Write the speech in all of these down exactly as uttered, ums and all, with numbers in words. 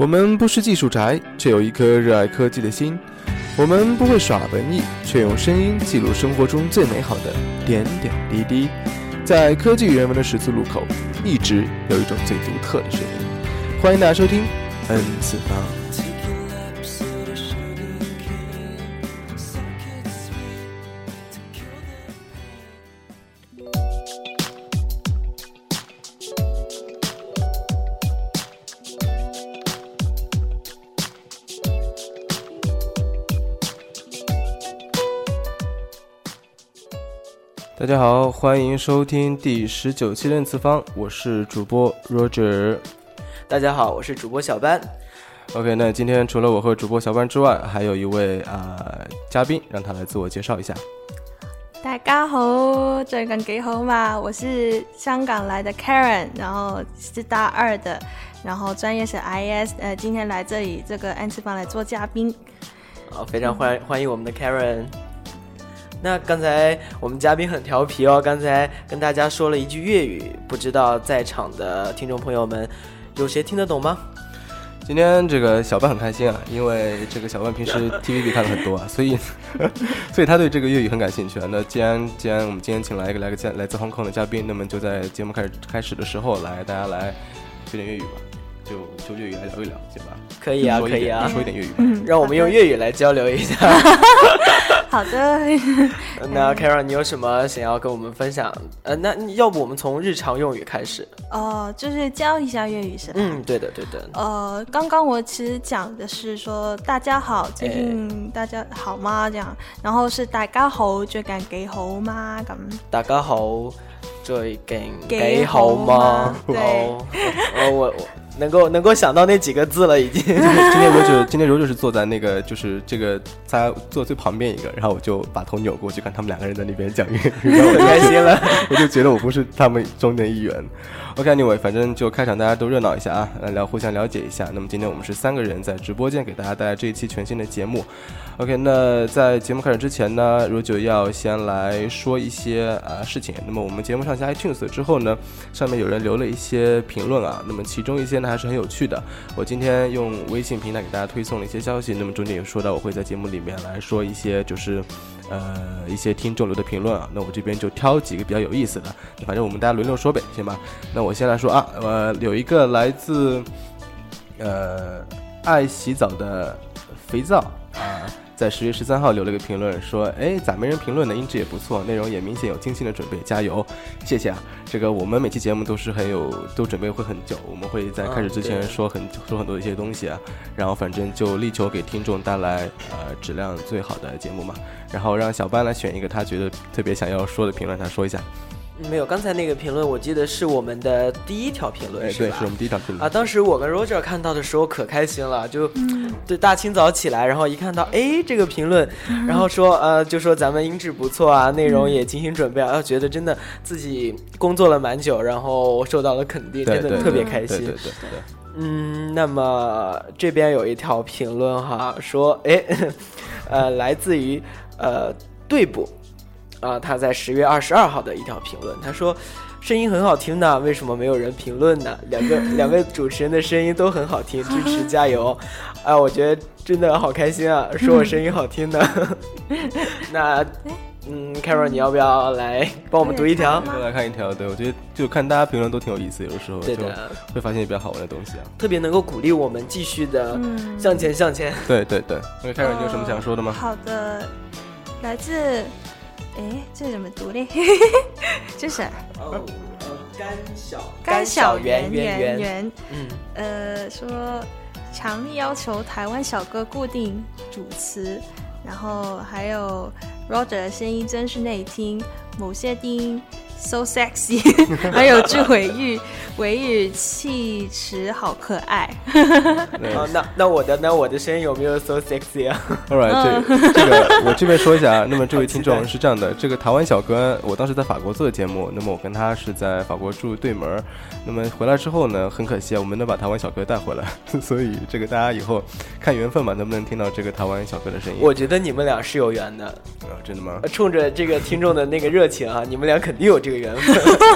我们不是技术宅，却有一颗热爱科技的心。我们不会耍文艺，却用声音记录生活中最美好的点点滴滴。在科技与人文的十字路口，一直有一种最独特的声音。欢迎大家收听 N 次方。大家好，欢迎收听第十九期的 N 次方，我是主播 Roger。 大家好，我是主播小班。 OK， 那今天除了我和主播小班之外，还有一位啊、呃、嘉宾，让他来自我介绍一下。 大家好，这个几好嘛？我是香港来的 Karen， 然后是大二的，然后专业是 I S， 呃，今天来这里这个 N 次方来做嘉宾。 好，非常欢欢迎我们的 Karen。那刚才我们嘉宾很调皮哦，刚才跟大家说了一句粤语，不知道在场的听众朋友们有谁听得懂吗？ 今天这个小班很开心啊，因为这个小班平时 T V B 看的很多啊，所以所以他对这个粤语很感兴趣啊。那既然既然我们今天请来一个来个来自香港的嘉宾，那么就在节目开始开始的时候来大家来学点粤语吧，就就粤语来聊一聊，行吧？ 可以啊，可以啊， 说一点粤语吧， 嗯， 让我们用粤语来交流一下。 好的。 那 Karen， 你有什么想要跟我们分享？呃，那要不我们从日常用语开始？ 哦，就是教一下粤语是吧？ 嗯，对的，对的。 呃，刚刚我其实讲的是说大家好，最近大家好吗？这样，然后是大家好，最近幾好嗎？咁大家好，最近幾好嗎？ 對， 哦，哦我我。能够能够想到那几个字了，已经。今天柔就今天柔就是坐在那个就是这个他坐最旁边一个，然后我就把头扭过去看他们两个人在那边讲粤语，然后我开心了，我就觉得我不是他们中的一员。OK，anyway， 反正就开场大家都热闹一下啊，来聊互相了解一下。那么今天我们是三个人在直播间给大家带来这一期全新的节目。OK， 那在节目开始之前呢，如就要先来说一些啊事情。那么我们节目上线 iTunes 之后呢，上面有人留了一些评论啊，那么其中一些呢还是很有趣的。我今天用微信平台给大家推送了一些消息，那么中间有说到我会在节目里面来说一些就是呃一些听众留的评论啊，那我这边就挑几个比较有意思的，反正我们大家轮流说呗，行吧？那我先来说啊，呃有一个来自呃爱洗澡的肥皂啊。在十月十三号留了个评论说，哎，咋没人评论呢？音质也不错，内容也明显有精心的准备，加油，谢谢啊！这个我们每期节目都是很有，都准备会很久，我们会在开始之前说很、嗯、说很多一些东西啊，然后反正就力求给听众带来呃质量最好的节目嘛。然后让小班来选一个他觉得特别想要说的评论，他说一下。 没有，刚才那个评论我记得是我们的第一条评论， 是吧？对，是我们第一条评论啊。当时我跟 Roger 看到的时候可开心了，就对大清早起来，然后一看到哎这个评论，然后说呃就说咱们音质不错啊，内容也精心准备啊，觉得真的自己工作了蛮久，然后受到了肯定，真的特别开心。 对对对对对。 嗯，那么这边有一条评论哈，说哎呃来自于呃对不。啊、呃，他在十月二十二号的一条评论，他说声音很好听呢，为什么没有人评论呢？两个两位主持人的声音都很好听，支持加油！哎、呃，我觉得真的好开心啊，说我声音好听呢。那嗯 ，Karen， 你要不要来帮我们读一条？ 我来看一条，对，我觉得就看大家评论都挺有意思，有的时候就会发现比较好玩的东西啊， 特别能够鼓励我们继续的向前向前。 对对对，那 Karen， 你有什么想说的吗？ 好的，来自。哎，这怎么读嘞？这是哦，呃，甘小甘小圆圆圆， 嗯， 呃，说强力要求台湾小哥固定主持，然后还有 Roger 的声音真是内听，某些低音 so sexy， 还有句尾语，尾语气质好可爱。 哦，那那我的那我的声音有没有 so sexy 啊 ？All right， 这这个我这边说一下啊。那么这位听众是这样的，这个台湾小哥，我当时在法国做的节目，那么我跟他是在法国住对门，那么回来之后呢，很可惜啊，我们能把台湾小哥带回来，所以这个大家以后看缘分吧，能不能听到这个台湾小哥的声音？ 我觉得你们俩是有缘的。 啊，真的吗？ 冲着这个听众的那个热情啊，你们俩肯定有这个缘分。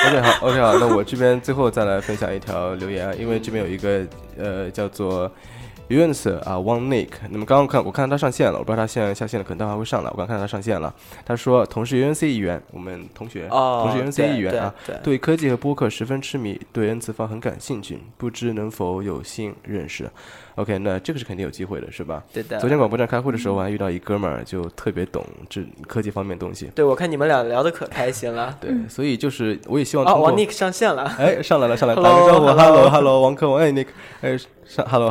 OK 好 OK 好，那我这边最后再来分享一条留言啊，因为这边有一个呃叫做 Unis 啊 One Nick， 那么刚刚看我看到他上线了，我不知道他现在下线了，可能待会儿会上来。我刚看到他上线了，他说同是 U N C 议员，我们同学， 哦、 同是 U N C 议员啊， 对, 对, 对科技和播客十分痴迷，对 N 次方很感兴趣，不知能否有幸认识。OK， 那这个是肯定有机会的，是吧？ 对的。 昨天广播站开会的时候，我还遇到一哥们儿，就特别懂这科技方面的东西。 对，我看你们俩聊得可开心了。 对，所以就是我也希望哦，王 Nick 上线了。 哎，上来了，上来，打个招呼 ，Hello Hello， 王科王，哎 Nick， 哎上 Hello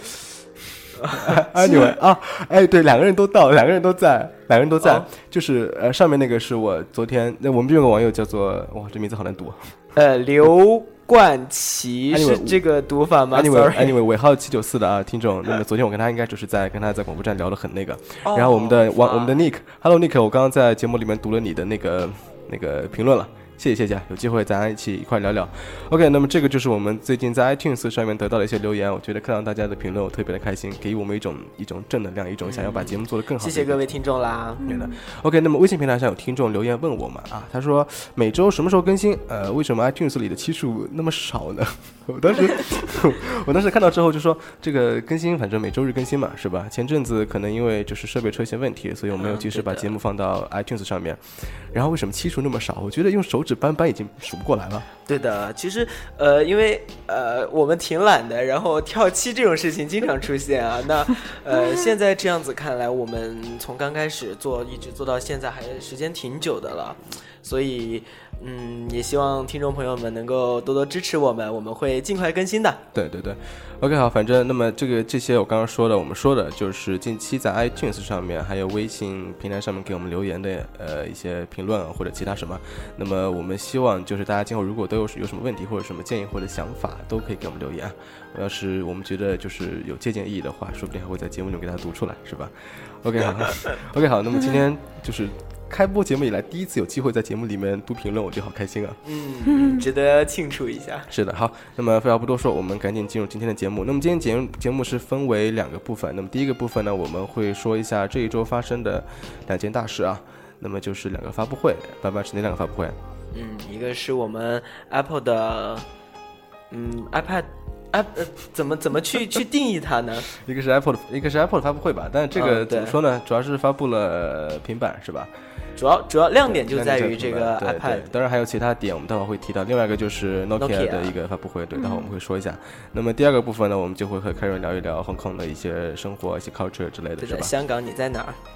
Hello。Anyway 啊，哎，对，两个人都到，两个人都在，两个人都在，哦、就是呃，上面那个是我昨天，那我们这有个网友叫做，哇，这名字好难读， 呃，刘冠奇是这个读法吗 ？Anyway Anyway， 尾号七九四的啊，听众，那么昨天我跟他应该就是在跟他在广播站聊得很那个， 哦、 然后我们的王、啊、我们的 Nick，Hello Nick， 我刚刚在节目里面读了你的那个那个评论了。谢谢谢谢，有机会咱一起一块聊聊。OK， 那么这个就是我们最近在 iTunes 上面得到的一些留言，我觉得看到大家的评论，我特别的开心，给予我们一种一种正能量，一种想要把节目做得更好的、嗯。 谢谢各位听众啦。 对的。OK， 那么微信平台上有听众留言问我们啊，他说每周什么时候更新？呃，为什么 iTunes 里的期数那么少呢？我当时我当时看到之后就说，这个更新反正每周日更新嘛，是吧？前阵子可能因为就是设备出一些问题，所以我没有及时把节目放到 iTunes 上面。然后为什么期数那么少？我觉得用手指扳扳已经数不过来了。 对的，其实呃，因为呃我们挺懒的，然后跳期这种事情经常出现啊。那呃现在这样子看来，我们从刚开始做一直做到现在，还时间挺久的了。所以嗯，也希望听众朋友们能够多多支持我们，我们会尽快更新的。 对对对 OK 好，反正那么这个这些我刚刚说的，我们说的就是近期在 iTunes 上面还有微信平台上面给我们留言的呃一些评论或者其他什么，那么我们希望就是大家今后如果都有有什么问题或者什么建议或者想法，都可以给我们留言。要是我们觉得就是有借鉴意义的话，说不定还会在节目中给大家读出来，是吧？ OK 好OK 好，那么今天就是开播节目以来第一次有机会在节目里面读评论，我觉得好开心啊！ 嗯，值得庆祝一下。 是的，好，那么废话不多说，我们赶紧进入今天的节目。那么今天节目节目是分为两个部分，那么第一个部分呢，我们会说一下这一周发生的两件大事啊，那么就是两个发布会。爸爸是哪两个发布会？ 嗯，一个是我们 Apple 的，嗯 iPad。哎，呃，怎么怎么去去定义它呢？ 一个是 Apple 的，一个是 Apple 的发布会吧，但是这个怎么说呢？嗯、主要是发布了平板，是吧？ 主要主要亮点就在于这个 iPad， 对对，当然还有其他点，我们待会儿会提到。另外一个就是 Nokia 的一个发布会，对，待会儿我们会说一下。嗯、那么第二个部分呢，我们就会和凯瑞聊一聊 Hong Kong 的一些生活、一些 culture 之类的，是吧？ 香港你在哪儿？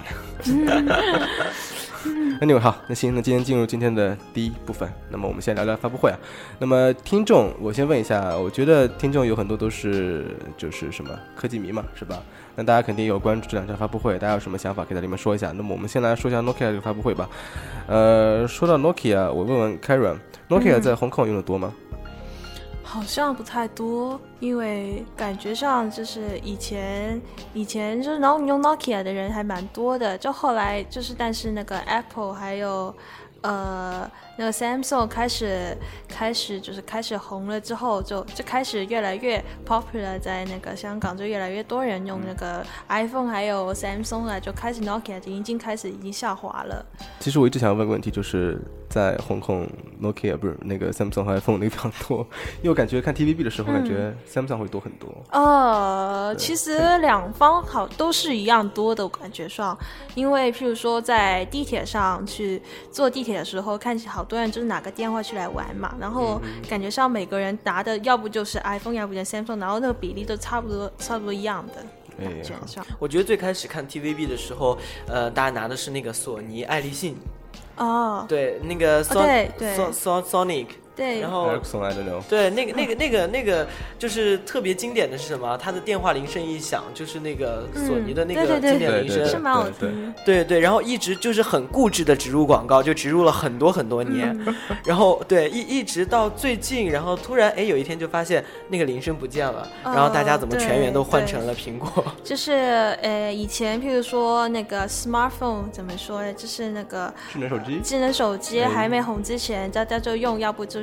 那你们好，那行，那今天进入今天的第一部分，那么我们先聊聊发布会啊。那么听众，我先问一下，我觉得听众有很多都是就是什么科技迷嘛，是吧？那大家肯定有关注这两场发布会，大家有什么想法可以在里面说一下。那么我们先来说一下 Nokia 这个发布会吧。呃，说到 Nokia， 我问问 Karen，Nokia 在 Hong Kong 用的多吗？ 好像不太多，因为感觉上就是以前以前就是用 Nokia 的人还蛮多的，就后来就是但是那个 Apple 还有呃那个 Samsung 开始开始就是开始红了之后，就就开始越来越 popular， 在那个香港就越来越多人用那个 iPhone 还有 Samsung 了，就开始 Nokia 就已经开始已经下滑了。 其实我一直想问个问题，就是在 Hong Kong Nokia 不是那个 Samsung 和 iPhone 那个比较多，因为我感觉看 T V B 的时候感觉 Samsung 会多很多。 呃，其实两方好都是一样多的，我感觉上，因为譬如说在地铁上去坐地铁的时候，看起好多人就是拿个电话去来玩嘛，然后感觉上每个人拿的要不就是 iPhone 要不就是 Samsung， 然后那个比例都差不多差不多一样的。感觉上， 我觉得最开始看 T V B 的时候，呃，大家拿的是那个索尼爱立信。 哦， 对，那个 Son、 哦、对对 Son Son Sonic， 对， 然后 Ericsson I don't know， 对，那个那个那个那个就是特别经典的是什么？他的电话铃声一响，就是那个索尼的那个经典铃声， 是蛮好听。 对对，然后一直就是很固执的植入广告，就植入了很多很多年，嗯、然后对一一直到最近，然后突然哎有一天就发现那个铃声不见了， 哦、 然后大家怎么全员都换成了苹果？ 就是呃以前譬如说那个 smartphone 怎么说呢？就是那个智能手机， 智能手机还没红之前，大家就用，要不就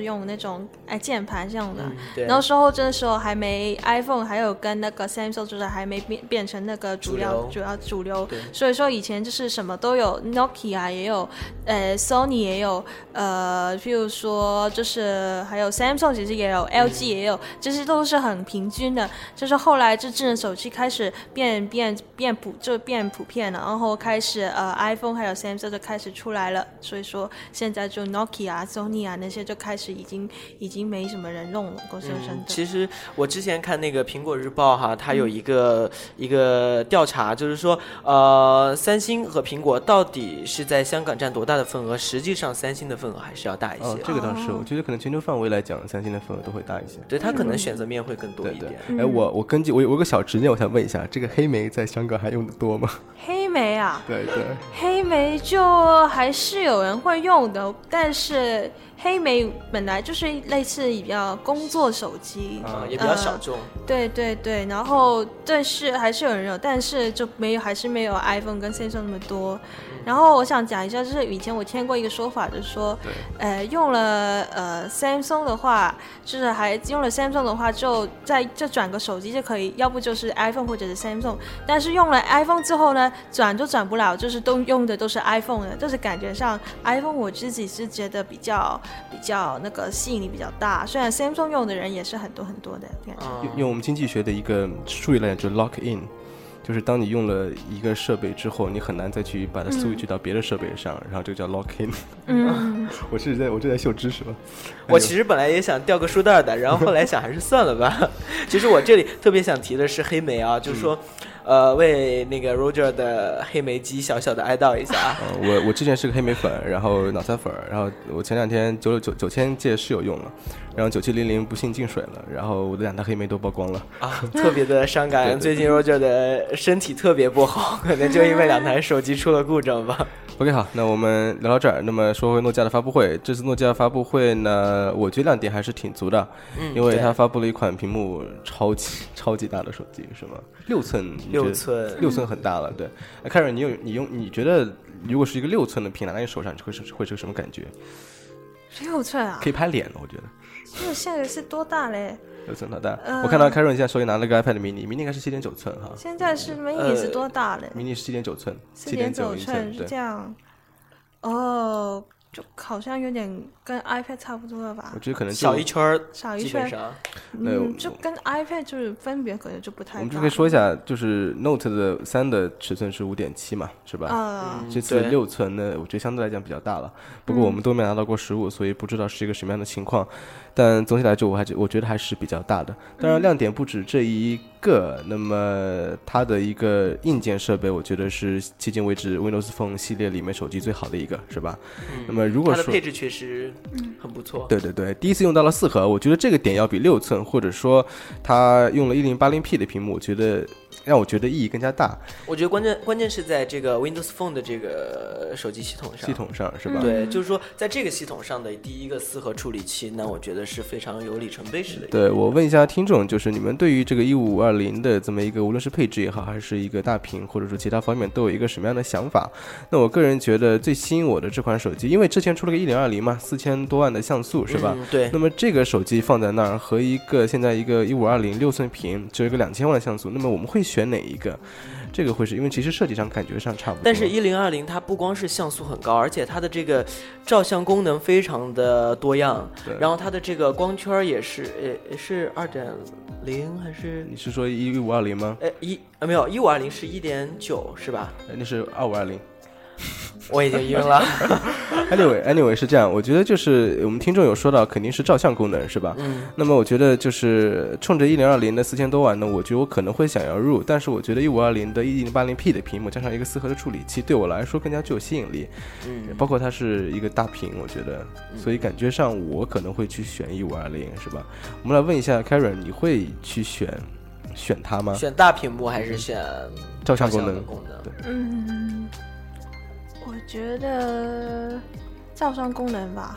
用那种哎键盘这样的， 嗯、对。 然后时候真的时候还没 iPhone， 还有跟那个 Samsung 就是还没变变成那个主要主要主流，所以说以前就是什么都有 ，Nokia 也有，呃 Sony 也有，呃，譬如说就是还有 Samsung 其实也有、嗯、L G 也有，这些都是很平均的。就是后来这智能手机开始变变变普就变普遍了，然后开始呃 iPhone 还有 Samsung 就开始出来了，所以说现在就 Nokia 啊 Sony 啊那些就开始已经已经没什么人弄了，够深深的、 嗯。其实我之前看那个苹果日报哈，它有一个、嗯、一个调查，就是说呃三星和苹果到底是在香港占多大的份额？实际上三星的份额还是要大一些。 哦，这个倒是，我觉得可能全球范围来讲，三星的份额都会大一些。 对，它可能选择面会更多一点。 对对。哎，我我根据我有个小执念，我想问一下，这个黑莓在香港还用的多吗？ 黑莓啊？ 对对。 黑莓就还是有人会用的，但是黑莓本来就是类似比较工作手机， 啊、嗯，也比较小众、 呃。对对对，然后但是还是有人有，但是就没有，还是没有 iPhone 跟 Samsung 那么多。然后我想讲一下，就是以前我听过一个说法，就是说，呃，用了呃 Samsung 的话，就是还用了 Samsung 的话，就再就转个手机就可以，要不就是 iPhone 或者是 Samsung。但是用了 iPhone 之后呢，转就转不了，就是都用的都是 iPhone 的，就是感觉上 iPhone 我自己是觉得比较比较那个吸引力比较大，虽然 Samsung 用的人也是很多很多的。 用用我们经济学的一个术语来讲，就是 lock in。就是当你用了一个设备之后，你很难再去把它 switch 到别的设备上，嗯、然后这个叫 lock in。嗯，我是在我这在秀知识吗？ 我其实本来也想掉个书袋的，然后后来想还是算了吧。其实我这里特别想提的是黑莓啊，就是说。嗯呃，为那个 Roger 的黑莓机小小的哀悼一下。 呃、我我之前是个黑莓粉，然后脑残粉，然后我前两天九九九千届室友用了，然后九七零零不幸进水了，然后我的两台黑莓都曝光了啊，特别的伤感。对对对，最近 Roger 的身体特别不好，可能就因为两台手机出了故障吧。 OK， 好，那我们聊到这儿。那么说回诺基亚的发布会，这次诺基亚发布会呢，我觉得亮点还是挺足的，嗯、因为它发布了一款屏幕超级超级大的手机，是吗？六寸， 六寸， 六寸很大了。对，凯瑞，你有你用，你觉得如果是一个六寸的屏拿在你手上，会是会是什么感觉？ 六寸啊， 可以拍脸了，我觉得。 这个现在是多大嘞？ 六寸多大、呃？我看到凯瑞现在手里拿了个 iPad mini，mini 应该是七点九寸哈。 现在是 mini 是多大嘞、 呃、？mini 是七点九寸， 七点九寸是这样。哦，就好像有点跟 iPad 差不多了吧？ 我觉得可能小一圈， 小一圈，嗯，就跟 iPad 就是分别可能就不太大。 我们就可以说一下，就是 Note 的三的尺寸是 五点七 嘛，是吧？ 啊、 嗯，这次六寸呢，我觉得相对来讲比较大了。不过我们都没拿到过十五，所以不知道是一个什么样的情况。但总体来说，我还我觉得还是比较大的。当然，亮点不止这一个。那么它的一个硬件设备，我觉得是迄今为止 Windows Phone 系列里面手机最好的一个，是吧？ 嗯、 那么如果说它的配置确实很不错。 对对对，第一次用到了四核，我觉得这个点要比六寸，或者说它用了 一零八零 P 的屏幕，我觉得让我觉得意义更加大。 我觉得关键关键是在这个 Windows Phone 的这个手机系统上， 系统上是吧？ 对，就是说在这个系统上的第一个四核处理器，那我觉得是非常有里程碑式的。 对，我问一下听众，就是你们对于这个一五二零的这么一个，无论是配置也好，还是一个大屏，或者说其他方面，都有一个什么样的想法？那我个人觉得最吸引我的这款手机，因为之前出了个一零二零嘛，四千多万的像素是吧？ 嗯、对。 那么这个手机放在那儿和一个现在一个一五二零六寸屏，只有一个两千万的像素，那么我们会选哪一个？这个会是因为其实设计上感觉上差不多， 但是一零二零它不光是像素很高，而且它的这个照相功能非常的多样，然后它的这个光圈也是呃是二点零还是？ 你是说一五二零吗？ 呃一呃没有一五二零是一点九是吧？ 那是二五二零。 我已经晕了。 anyway anyway 是这样，我觉得就是我们听众有说到肯定是照相功能是吧？ 嗯。 那么我觉得就是冲着一零二零的四千多万呢，我觉得我可能会想要入，但是我觉得一五二零的一零八零 P 的屏幕加上一个四核的处理器，对我来说更加具有吸引力。 嗯。 包括它是一个大屏，我觉得，所以感觉上我可能会去选一五二零，是吧？我们来问一下 Karen， 你会去选选它吗？ 选大屏幕还是选照相功能？ 功能对。 嗯。我觉得照相功能吧。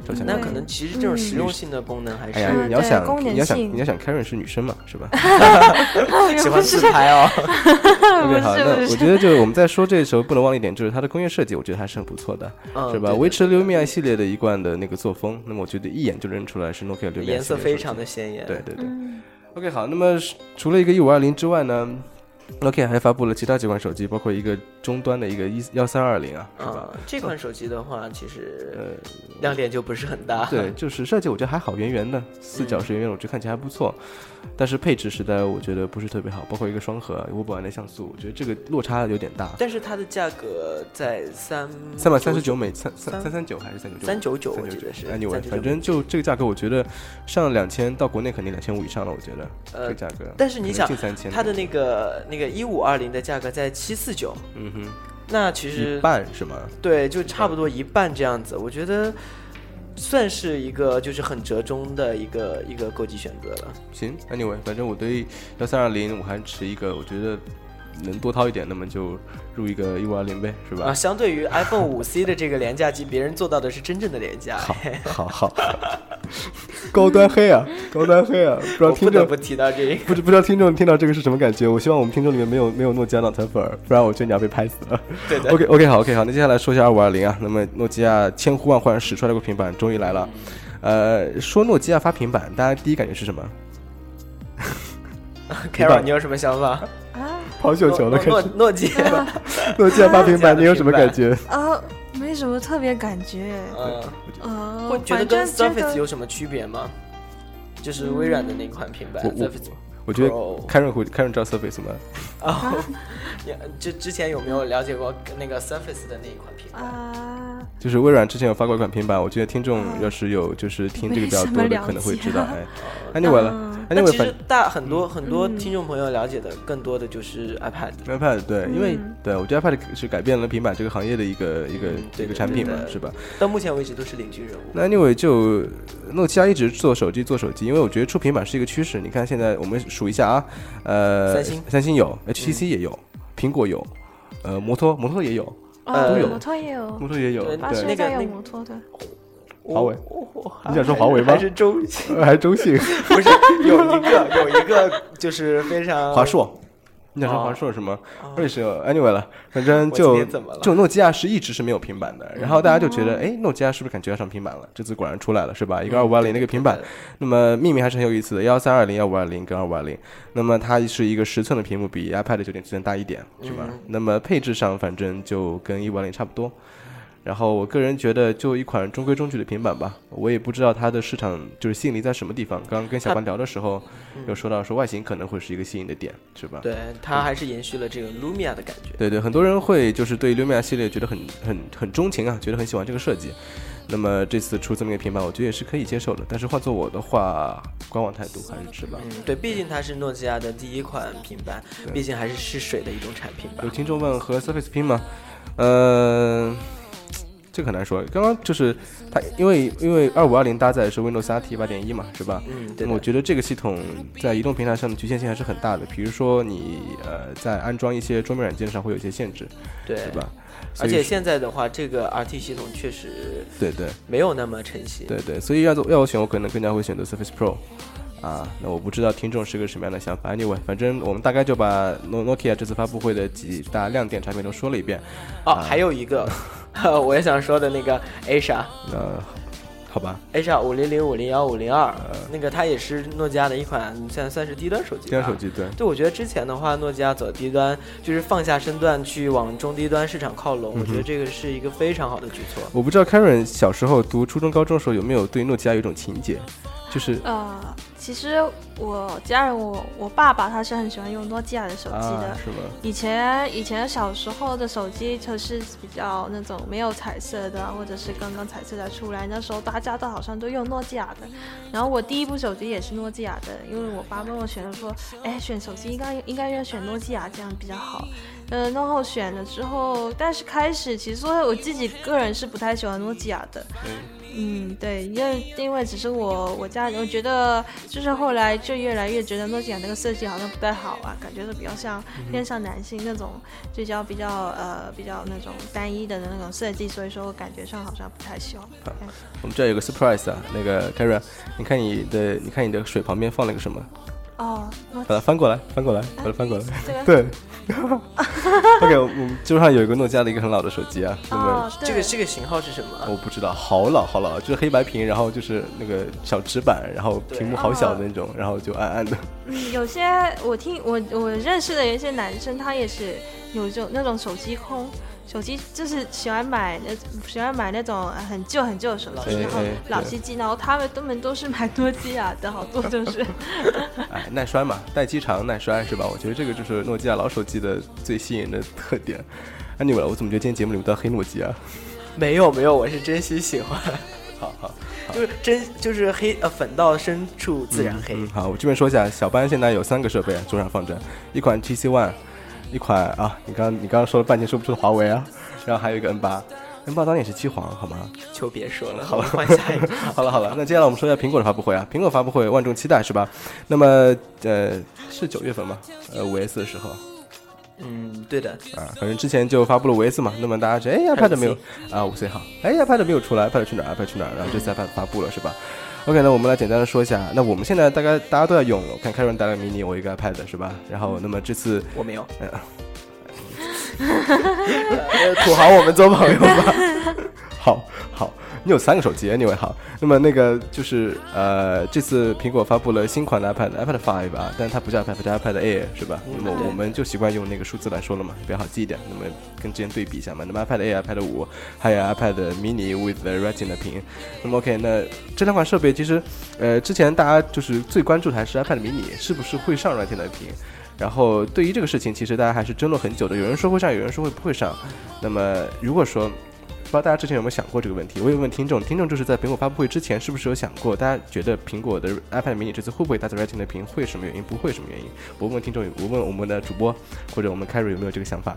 照相。 那可能其实这种实用性的功能还是， 哎呀， 嗯你要想功能你要想性你要想 Karen 是女生嘛，是吧喜欢自拍哦。 ？OK， 好，那不是我觉得就是我们在说这个时候不能忘了一点，就是它的工业设计，我觉得还是很不错的， 嗯是吧？ 对维持 Lumia 系列的一贯的那个作风，那么我觉得一眼就认出来是 Nokia Lumia 颜色系列手机非常的鲜艳。 对对对。 嗯 OK， 好，那么除了一个一五二零之外呢，Nokia 还发布了其他几款手机，包括一个终端的一个一幺三二零啊，是吧？ 啊，这款手机的话，其实呃， 亮点就不是很大。 对，就是设计我觉得还好，圆圆的，四角是圆圆的，我觉得看起来还不错。但是配置实在我觉得不是特别好，包括一个双核五百万的像素，我觉得这个落差有点大。 但是它的价格在三三百三十九美三三三三九还是三九九？ 三九九，我三九九记得是。 Anyway， 399 反正就这个价格，我觉得上两千到国内肯定两千五以上了，我觉得呃这个价格。 但是你想近三千， 它的那个那个一五二零的价格在七四九， 嗯哼， 那其实一半是吗？ 对，就差不多一半这样子。我觉得算是一个就是很折中的一个一个购机选择了。 行 ，Anyway， 反正我对幺三二零我还持一个，我觉得能多掏一点，那么就入一个一五二零呗，是吧？ 啊，相对于 iPhone 五 C 的这个廉价机，别人做到的是真正的廉价。 好，好，好，高端黑啊，高端黑啊！不知道我听众不得不提到这个。 不知不知道听众听到这个是什么感觉？我希望我们听众里面没有没有诺基亚脑残粉，不然我觉得你要被拍死了。 对的。 OK OK 好 OK 好，那接下来说一下二五二零啊。那么诺基亚千呼万唤使出来的平板终于来了。呃，说诺基亚发平板，大家第一感觉是什么 Carol， 你有什么想法？ 啊跑绣球了，开诺始。 诺基亚。 诺基亚发平板，你有什么感觉？ 啊，没什么特别感觉， 嗯， 呃， 会觉得跟反正觉 Surface 得有什么区别吗？就是微软的那款平板我我 Surface。 我觉得 Pro 开润会开润知道 Surface 吗？ 哦，你之之前有没有了解过那个 Surface 的那一款平板？ 啊， 就是微软之前有发过一款平板，我觉得听众要是有就是听这个比较多的，可能会知道。哎，Anyway 了，Anyway 反那其实大很多很多听众朋友了解的更多的就是 iPad。 iPad 对，因为嗯对我觉得 iPad 是改变了平板这个行业的一个一个嗯对一个产品嘛对，对是吧？ 到目前为止都是领军人物。 那 Anyway 就诺基亚一直做手机做手机，因为我觉得出平板是一个趋势。你看现在我们数一下啊，呃， 三星三星有 H T C 也有，苹果有，呃，摩托摩托也有， 哦都有摩托也有摩，托也有， 对八十对， 那个代有那个摩托的， 华为我我你想说华为吗还是中兴？ 还中兴， 不是，有一个有一个就是非常华硕。你想说哦华硕是吗？ 哦我也是有 Anyway 了，反正我就今天怎么了就诺基亚是一直是没有平板的，然后大家就觉得，哎，诺基亚是不是感觉要上平板了？这次果然出来了，是吧？一个二五二零那个平板，那么命名还是很有意思的，幺三二零、幺五二零跟二五二零。那么它是一个十寸的屏幕，比 iPad 九点七寸大一点，是吧？ 嗯那么配置上反正就跟一五二零差不多。然后我个人觉得，就一款中规中矩的平板吧，我也不知道它的市场就是吸引力在什么地方。刚刚跟小关聊的时候，有说到说外形可能会是一个吸引的点，是吧？ 对，它还是延续了这个 Lumia 的感觉。 对对，很多人会就是对 Lumia 系列觉得很很很钟情啊，觉得很喜欢这个设计。那么这次出这么一个平板，我觉得也是可以接受的。但是换做我的话，观望态度还是持吧。 嗯，对，毕竟它是诺基亚的第一款平板，毕竟还是试水的一种产品吧有。听众问和 Surface 拼吗？呃，这个很难说。刚刚就是它，因为因为二五二零搭载的是 Windows R T 八点一嘛，是吧？ 嗯，对的。 那么我觉得这个系统在移动平台上的局限性还是很大的。比如说你呃在安装一些桌面软件上会有一些限制， 对， 是吧？所而以且现在的话，这个 R T 系统确实对对。 没有那么成型。 对对，所以要要我选，我可能更加会选择 Surface Pro，啊，那我不知道听众是个什么样的想法。Anyway，反正我们大概就把 Nokia 这次发布会的几大亮点产品都说了一遍。 哦， 啊还有一个我也想说的那个 Asia。 呃，好吧， Asia 五零零、五零幺、五零二，那个它也是诺基亚的一款，现在算是低端手机吧。 低端手机对。 对，我觉得之前的话，诺基亚走低端，就是放下身段去往中低端市场靠拢， 嗯、 我觉得这个是一个非常好的举措。 我不知道 Karen 小时候读初中、高中的时候有没有对诺基亚有一种情结，就是呃，其实我家人我我爸爸他是很喜欢用诺基亚的手机的， 啊、是吗？ 以前以前小时候的手机就是比较那种没有彩色的，或者是刚刚彩色才出来，那时候大家都好像都用诺基亚的。然后我第一部手机也是诺基亚的，因为我爸帮我选了说，哎，选手机应该应该要选诺基亚，这样比较好。呃，然后选了之后，但是开始其实说我自己个人是不太喜欢诺基亚的。 嗯嗯，对，因为因为只是我我家，我觉得就是后来就越来越觉得诺基亚那个设计好像不太好啊，感觉是比较像偏向男性那种，比较比较呃比较那种单一的那种设计，所以说我感觉上好像不太喜欢。 我们这儿有个 surprise 啊，那个 Karen， 你看你的你看你的水旁边放了个什么？ 哦， 把它翻过来，翻过来，把它翻过来。 这个对。OK， 我们桌上有一个诺基亚的一个很老的手机啊，那么、 哦、 这个这个型号是什么？ 我不知道，好老好老，就是黑白屏，然后就是那个小直板，然后屏幕好小的那种，然后就暗暗的。 嗯，有些我听我我认识的有一些男生，他也是有种那种手机控。手机就是喜欢买那喜欢买那种很旧很旧的手机，然后老机机，然后他们根本都是买诺基亚的，好多都是。 哎，耐摔嘛，待机长耐摔是吧？我觉得这个就是诺基亚老手机的最吸引人的特点。Anyway， 我怎么觉得今天节目里面都要黑诺基亚？ 没有没有，我是真心喜欢。 好好。 就是真就是黑呃粉到深处自然黑。 嗯嗯、好，我这边说一下，小班现在有三个设备桌上放着，一款 G C One。一款啊，你刚你刚刚说了半天说不出的华为啊，然后还有一个 N 八 ，N 八当年也是机皇，好吗？ 就别说了， 好了， 换下一个。 好了好了，那接下来我们说一下苹果的发布会啊，苹果发布会万众期待是吧？那么呃是九月份吗？呃五 S 的时候。 嗯，对的啊，反正之前就发布了五 S 嘛，那么大家觉得哎 iPad 没有啊五 C 好，哎 iPad 没有出来 ，iPad 去哪儿 ？iPad 去哪儿？然后这次 iPad 发布了是吧？OK， 那我们来简单的说一下，那我们现在大概大家都在用，我看Karen带了 mini， 我一个 iPad 是吧？然后那么这次我没有， 呃土豪我们做朋友吧。 好好，你有三个手机 ，anyway 好。那么那个就是呃，这次苹果发布了新款的 iPad，iPad 五啊，但是它不叫 iPad， 叫 iPad Air 是吧？ 嗯、 那么我们就习惯用那个数字来说了嘛，比较好记一点。那么跟之前对比一下嘛，那么 iPad Air、iPad 五，还有 iPad mini with Retina 屏。那么 OK， 那这两款设备其实呃，之前大家就是最关注的还是 iPad mini 是不是会上 Retina 屏。然后对于这个事情，其实大家还是争论很久的，有人说会上，有人说会不会上。那么如果说不知道大家之前有没有想过这个问题，我也问听众，听众就是在苹果发布会之前是不是有想过，大家觉得苹果的 iPad mini 这次会不会搭载 Retina 屏，会什么原因，不会什么原因？我问听众，我问我们的主播或者我们 Carrie 有没有这个想法？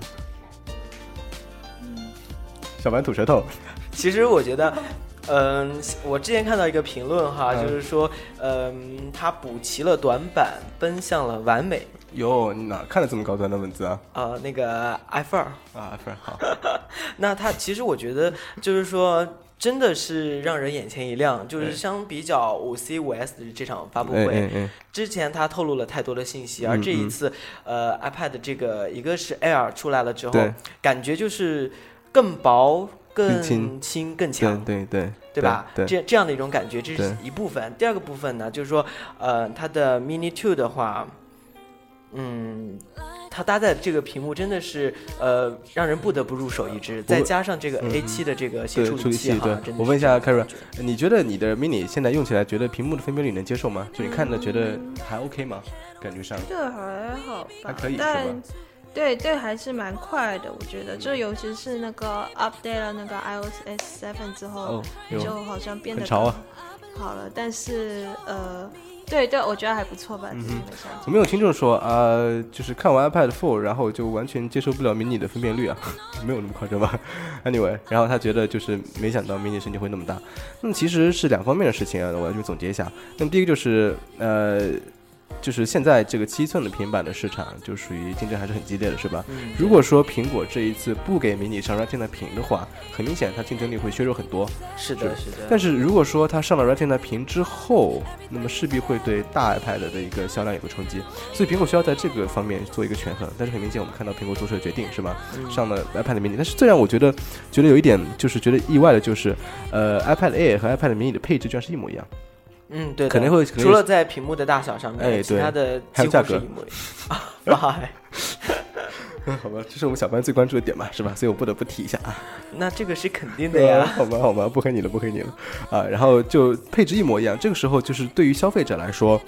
小白吐舌头。 其实我觉得嗯，我之前看到一个评论哈，嗯、就是说，嗯，它补齐了短板，奔向了完美。 哟，你哪看了这么高端的文字啊？ 啊、呃，那个 iPhone 啊 ，iPhone 好。 那它其实我觉得就是说，真的是让人眼前一亮。就是相比较五 C 五 S 的这场发布会， 哎哎哎之前它透露了太多的信息， 嗯、 而这一次，嗯、呃 ，iPad 这个一个是 Air 出来了之后，感觉就是更薄。更轻更强， 对对对， 对吧？ 对， 这这样的一种感觉，这是一部分。第二个部分呢，就是说，呃，它的 Mini Two 的话，嗯，它搭载这个屏幕真的是，呃，让人不得不入手一只。再加上这个 A 七的这个新处理器哈， 对，我问一下 Karen， 你觉得你的 Mini 现在用起来，觉得屏幕的分辨率能接受吗？就你看着觉得还 OK 吗？感觉上？ 这还好吧， 还可以是吧？ 对对，还是蛮快的，我觉得，就尤其是那个 update 了那个 iOS 七 之后， 哦、 就好像变得很潮啊。 好了，但是呃，对对，我觉得还不错吧。 嗯、我们有听众说啊、呃，就是看完 iPad 四，然后就完全接受不了 mini 的分辨率啊，没有那么夸张吧 ？Anyway， 然后他觉得就是没想到 mini 升级会那么大。那么其实是两方面的事情啊，我就总结一下。那么第一个就是呃。就是现在这个七寸的平板的市场就属于竞争还是很激烈的，是吧？ 嗯、 如果说苹果这一次不给迷你上 Retina 屏的话，很明显它竞争力会削弱很多。 是的，是的。 但是如果说它上了 Retina 屏之后，那么势必会对大 iPad 的一个销量有个冲击，所以苹果需要在这个方面做一个权衡。但是很明显，我们看到苹果做出了决定，是吧？嗯、上了 iPad mini。但是最让我觉得觉得有一点就是觉得意外的就是，呃 ，iPad Air 和 iPad mini 的配置居然是一模一样。 嗯，对， 可能会除了在屏幕的大小上面， 哎， 其他的还有价格一模一样。好吧，这是我们小班最关注的点嘛，是吧？所以我不得不提一下啊。 那这个是肯定的呀。 好吧，好吧，不黑你了，不黑你了啊。然后就配置一模一样，这个时候就是对于消费者来说，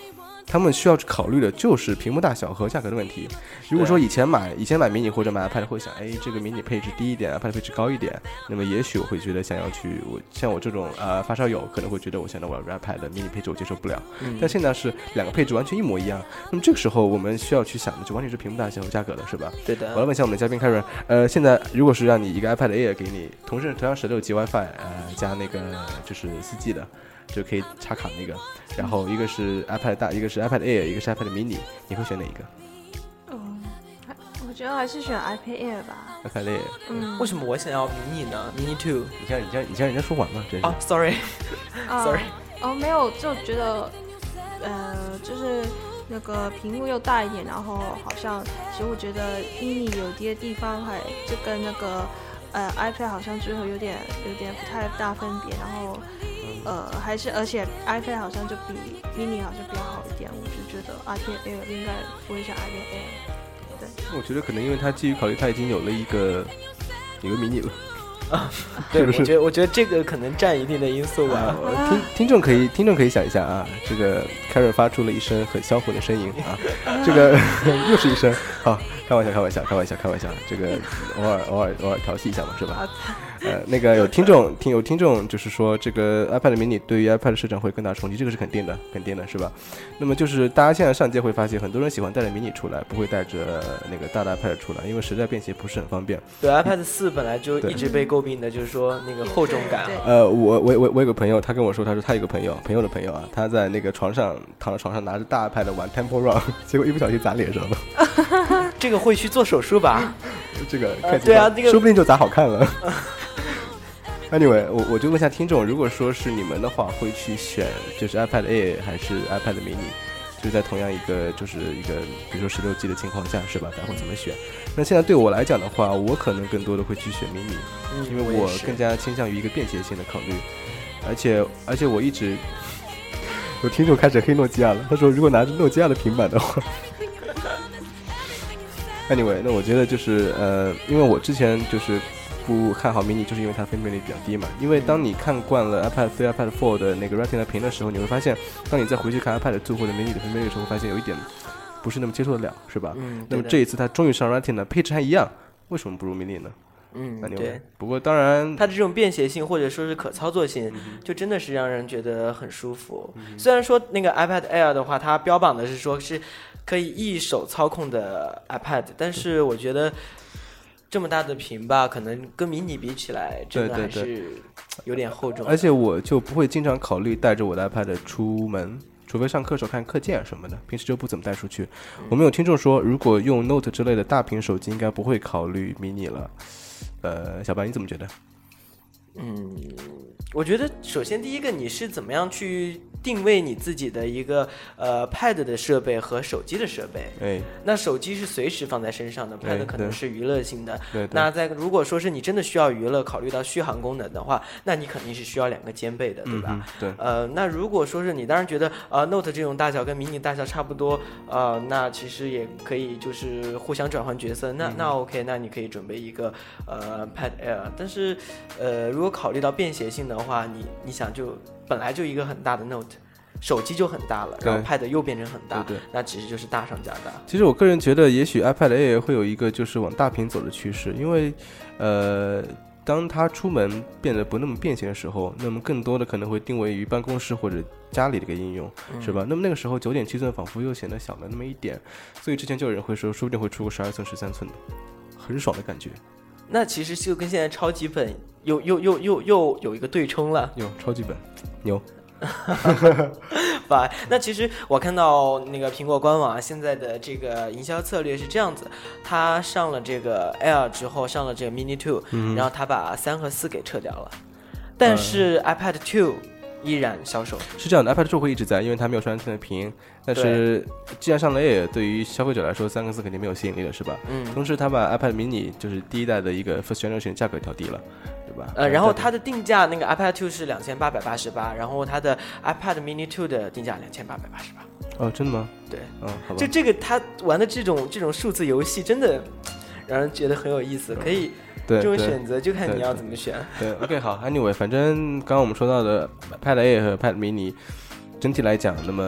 他们需要去考虑的就是屏幕大小和价格的问题。如果说以前买以前买迷你或者买 iPad 会想，哎，这个迷你配置低一点 ，iPad 配置高一点，那么也许我会觉得想要去，我像我这种呃发烧友可能会觉得我想到我要 iPad 的迷你配置我接受不了，嗯、但现在是两个配置完全一模一样，那么这个时候我们需要去想的就完全是屏幕大小和价格了，是吧？ 对的。 我来问一下我们的嘉宾 Karen， 呃，现在如果是让你一个 iPad Air 给你，同时同样十六 G WiFi， 呃，加那个就是四 G 的。就可以插卡那个，然后一个是 iPad 大，一个是 iPad Air， 一个是 iPad mini， 你会选哪一个？ 嗯，我觉得还是选 iPad Air 吧。 iPad Air， 嗯，为什么我想要 mini 呢 ？mini two， 你先，你先，你先人家说完嘛，真是。 哦 ，sorry，sorry， 哦，没有，就觉得，呃，就是那个屏幕又大一点，然后好像，其实我觉得 mini 有些地方还就跟那个呃 iPad 好像最后有点有点不太大分别，然后。呃，还是而且 iPad 好像就比 mini 好像比较好一点，我就觉得 iPad Air 应该不会像 iPad Air。对， 我觉得可能因为它基于考虑它已经有了一个有个 mini 了啊，对，我觉得我觉得这个可能占一定的因素吧。 啊、听听众可以听众可以想一下啊，这个 Karen 发出了一声很销魂的声音啊，这个又是一声，好，开玩笑开玩笑开玩笑开玩笑，这个偶尔偶尔偶尔调戏一下嘛，是吧？呃，那个有听众听有听众就是说，这个 iPad mini 对于 iPad 市场会更大冲击，这个是肯定的，肯定的是吧？那么就是大家现在上街会发现，很多人喜欢带着 mini 出来，不会带着那个大的 iPad 出来，因为实在便携不是很方便。 对 ，iPad 四本来就一直被诟病的，就是说那个厚重感。 呃，我我我我有个朋友，他跟我说，他说他有个朋友，朋友的朋友啊，他在那个床上躺在床上拿着大 iPad 玩 Temple Run， 结果一不小心砸脸上了。 这个会去做手术吧？ 这个看、 呃、对啊，这个说不定就砸好看了。Anyway， 我我就问一下听众，如果说是你们的话，会去选就是 iPad Air 还是 iPad mini？ 就在同样一个就是一个比如说十六 G 的情况下，是吧？大家会怎么选？那现在对我来讲的话，我可能更多的会去选 mini，、嗯、因为我更加倾向于一个便携性的考虑，而且而且我一直有听众开始黑诺基亚了，他说如果拿着诺基亚的平板的话。Anyway， 那我觉得就是呃，因为我之前就是不看好 mini， 就是因为它分辨率比较低嘛。因为当你看惯了 iPad 三、iPad 四的那个 Retina 屏的时候，你会发现，当你再回去看 iPad 二或者 mini 的分辨率的时候，会发现有一点不是那么接受得了，是吧？ 嗯。 那么这一次它终于上 Retina， 配置还一样，为什么不如 mini 呢？ 嗯，对。 不过当然， 它的这种便携性或者说是可操作性，嗯、就真的是让人觉得很舒服。嗯、虽然说那个 iPad Air 的话，它标榜的是说是可以一手操控的 iPad， 但是我觉得这么大的屏吧，可能跟迷你比起来，真的还是有点厚重。 而且我就不会经常考虑带着我的 iPad 出门。除非上课时候看课件什么的，平时就不怎么带出去。嗯、我们有听众说，如果用 Note 之类的大屏手机，应该不会考虑 mini 了。呃，小白你怎么觉得？ 嗯，我觉得首先第一个，你是怎么样去定位你自己的一个呃 Pad 的设备和手机的设备？ 哎， 那手机是随时放在身上的 ，Pad 可能是娱乐性的。 对对。 那在如果说是你真的需要娱乐，考虑到续航功能的话，那你肯定是需要两个兼备的，对吧？ 嗯、对。 呃，那如果说是你当然觉得呃 Note 这种大小跟迷你大小差不多，呃，那其实也可以就是互相转换角色。那、嗯、那 OK， 那你可以准备一个呃 Pad Air， 但是呃如果考虑到便携性的话，你你想就本来就一个很大的 Note， 手机就很大了，然后 Pad 又变成很大， 对对， 那其实就是大上加大。 其实我个人觉得，也许 iPad Air 会有一个就是往大屏走的趋势，因为呃，当它出门变得不那么便携的时候，那么更多的可能会定位于办公室或者家里的一个应用，嗯、是吧？那么那个时候九点七寸仿佛又显得小了那么一点，所以之前就有人会说，说不定会出个十二寸、十三寸的，很爽的感觉。 那其实就跟现在超级本又又又又又有一个对冲了。 有超级本，牛。 吧，那其实我看到那个苹果官网啊，现在的这个营销策略是这样子，它上了这个 Air 之后，上了这个 Mini 二、嗯，然后它把三和四给撤掉了，但是 iPad 二依然销售。 是这样的 ，iPad 二会一直在，因为它没有双安寸的屏。但是既然上了 Air， 对于消费者来说，三个四肯定没有吸引力了，是吧？嗯。同时，它把 iPad mini 就是第一代的一个 First Generation 价格调低了，对吧？ 呃，然后它的定价那个 iPad 二是两千八百八十八，然后它的 iPad mini 二的定价两千八百八十八。 哦，真的吗？ 对， 嗯，好吧。 就这个他玩的这种这种数字游戏，真的让人觉得很有意思，可以。 对， 这种选择就看你要怎么选。 对 ，OK， 好 ，Anyway， 反正刚刚我们说到的 Pad Air 和 Pad Mini， 整体来讲，那么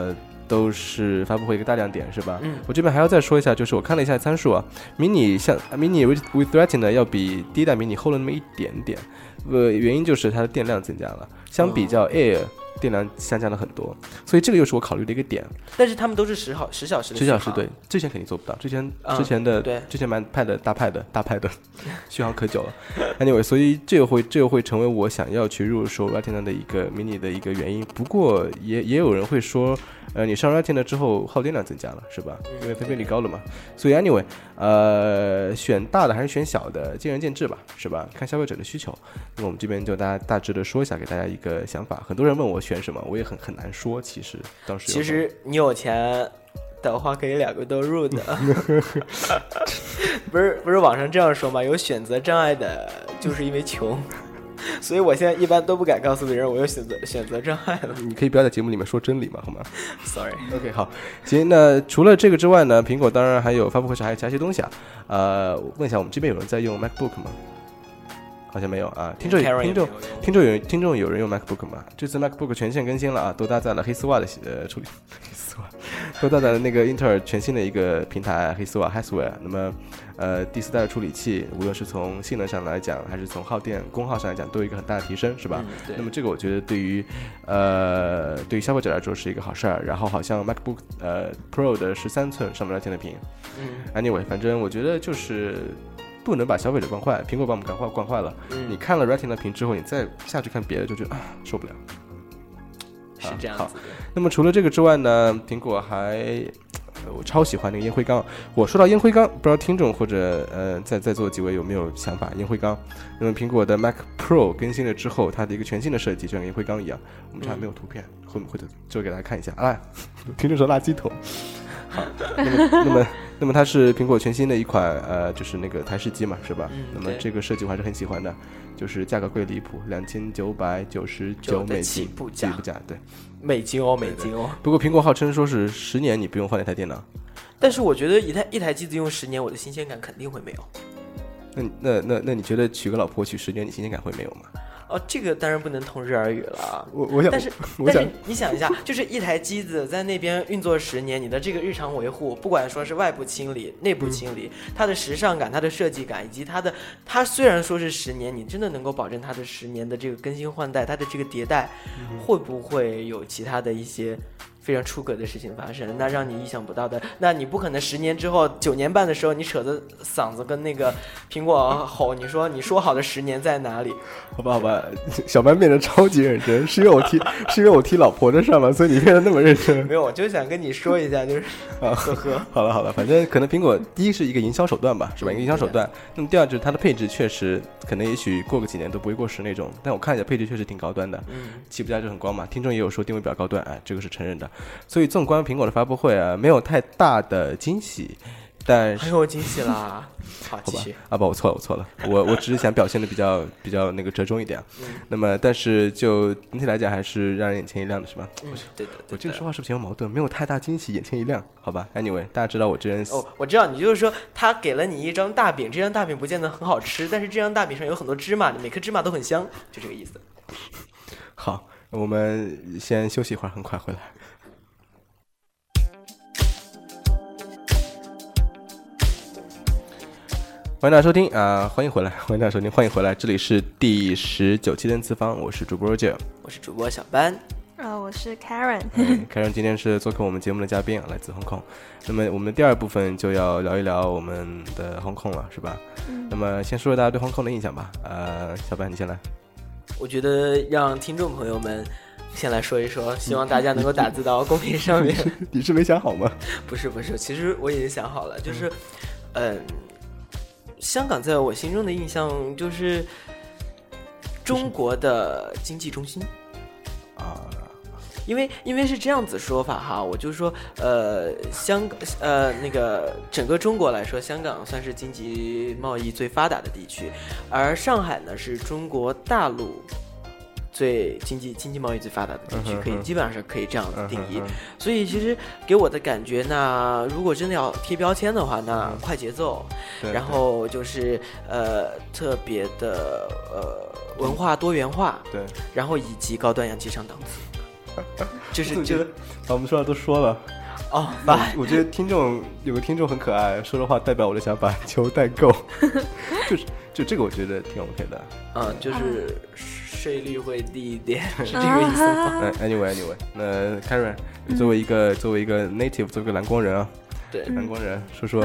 都是发布会一个大亮点，是吧？ 嗯， 我这边还要再说一下，就是我看了一下参数啊，迷你像迷你 with Retina 要比第一代迷你厚了那么一点点，呃，原因就是它的电量增加了，相比较 Air。哦电量下降了很多，所以这个又是我考虑的一个点。 但是他们都是十毫十小时的十小时，对，之前肯定做不到。之前、嗯、之前的对， 之前蛮 Pad 大 Pad 大 Pad 续航可久了。Anyway， 所以这又会这又会成为我想要去入手 Retina 的一个 mini 的一个原因。不过也也有人会说，呃，你上 Retina 之后耗电量增加了，是吧？因为分辨率高了嘛。所以 Anyway， 呃，选大的还是选小的，见仁见智吧，是吧？看消费者的需求。那么我们这边就大家大致的说一下，给大家一个想法。很多人问我选什么，我也很很难说。其实当时其实你有钱的话，可以两个都入的。不是不是网上这样说吗？有选择障碍的，就是因为穷。所以我现在一般都不敢告诉别人我有选择选择障碍了。 你可以不要在节目里面说真理嘛，好吗 ？Sorry。OK， 好，行。那除了这个之外呢，苹果当然还有发布会上还有其他一些东西啊。呃，问一下，我们这边有人在用 MacBook 吗？好像没有啊，听众听众听众有听众有人用 MacBook 吗？这次 MacBook 全线更新了啊，都搭载了黑丝袜的呃处理，黑丝袜都搭载了那个英特尔全新的一个平台黑丝袜 Haswell。那么呃第四代的处理器，无论是从性能上来讲，还是从耗电功耗上来讲，都有一个很大的提升，是吧？ 嗯、 那么这个我觉得对于呃对于消费者来说是一个好事儿。然后好像 MacBook 呃 Pro 的十三寸上不了天的屏，嗯 ，Anyway， 反正我觉得就是。不能把消费者惯坏，苹果把我们惯坏惯坏了、嗯。你看了 Retina 屏之后，你再下去看别的，就觉得啊受不了。 是这样子的、啊。 那么除了这个之外呢，苹果还、呃、我超喜欢那个烟灰缸。我说到烟灰缸，不知道听众或者呃在在座几位有没有想法？烟灰缸。那么苹果的 Mac Pro 更新了之后，它的一个全新的设计，就像烟灰缸一样。我们这还没有图片，会不会就给大家看一下？啊，听众说垃圾桶。好，那么那么那么它是苹果全新的一款呃，就是那个台式机嘛，是吧？ 嗯、 那么这个设计我还是很喜欢的，就是价格贵离谱，两千九百九十九美金起步价， 起步价对， 美金哦，美金哦。 不过苹果号称说是十年你不用换那台电脑， 但是我觉得一台一台机子用十年，我的新鲜感肯定会没有。 那那那那你觉得娶个老婆娶十年，你新鲜感会没有吗？ 哦，这个当然不能同日而语了。 我我想， 但是我想但是你想一下，就是一台机子在那边运作十年，你的这个日常维护，不管说是外部清理、内部清理，嗯、它的时尚感、它的设计感，以及它的，它虽然说是十年，你真的能够保证它的十年的这个更新换代，它的这个迭代，嗯、会不会有其他的一些非常出格的事情发生？那让你意想不到的，那你不可能十年之后、九年半的时候，你扯着嗓子跟那个苹果吼，你说你说好的十年在哪里？ 好吧，好吧，小班变得超级认真，是因为我踢，是因为我踢老婆的事吗？所以你变得那么认真？ 没有，我就想跟你说一下，就是啊，呵呵，好了好了，反正可能苹果第一是一个营销手段吧，是吧？一个营销手段。那么第二就是它的配置确实可能也许过个几年都不会过时那种，但我看一下配置确实挺高端的，嗯，起步价就很高嘛。听众也有说定位比较高端，哎，这个是承认的。所以纵观苹果的发布会啊，没有太大的惊喜。但是很有惊喜啦！好，继续啊！不，我错了，我错了，我我只是想表现的比较比较那个折中一点。嗯、那么，但是就整体来讲，还是让人眼前一亮的，是吧？ 嗯，对的。 我这个说话是不是前有矛盾？没有太大惊喜，眼前一亮，好吧 ？Anyway， 大家知道我这人哦，我知道你就是说，他给了你一张大饼，这张大饼不见得很好吃，但是这张大饼上有很多芝麻，每颗芝麻都很香，就这个意思。 好，我们先休息一会儿，很快回来。欢迎大家收听啊、呃！欢迎回来，欢迎大家收听，欢迎回来，这里是第十九期的 N 次方，我是主播 Roger， 我是主播小班， 呃，我是 Karen， 嗯、Karen 今天是做客我们节目的嘉宾，来自 Hong Kong。那么我们的第二部分就要聊一聊我们的 Hong Kong 了，是吧？嗯、那么先说说大家对 Hong Kong 的印象吧。呃，小班你先来。 我觉得让听众朋友们先来说一说，希望大家能够打字到公屏上面。 你是没想好吗？ 不是不是，其实我已经想好了，就是，嗯。呃香港在我心中的印象就是中国的经济中心啊，因为因为是这样子说法哈，我就说呃香港呃那个整个中国来说，香港算是经济贸易最发达的地区，而上海呢是中国大陆最经济经济贸易最发达的地区，可以基本上是可以这样定义。所以其实给我的感觉，那如果真的要贴标签的话，那快节奏，然后就是呃特别的呃文化多元化， 对， 然后以及高端洋气上档次。 就是就把我们说的都说了。 哦，把我觉得听众有个听众很可爱，说的话代表我的想法，求代购。就是就这个我觉得挺 OK 的。 嗯，就是税率会低一点，是这个意思吗？ 嗯 ，anyway anyway， 那 Karen 作为一个、嗯、作为一个 native， 作为一个蓝光人啊， 对， 蓝光人，说说，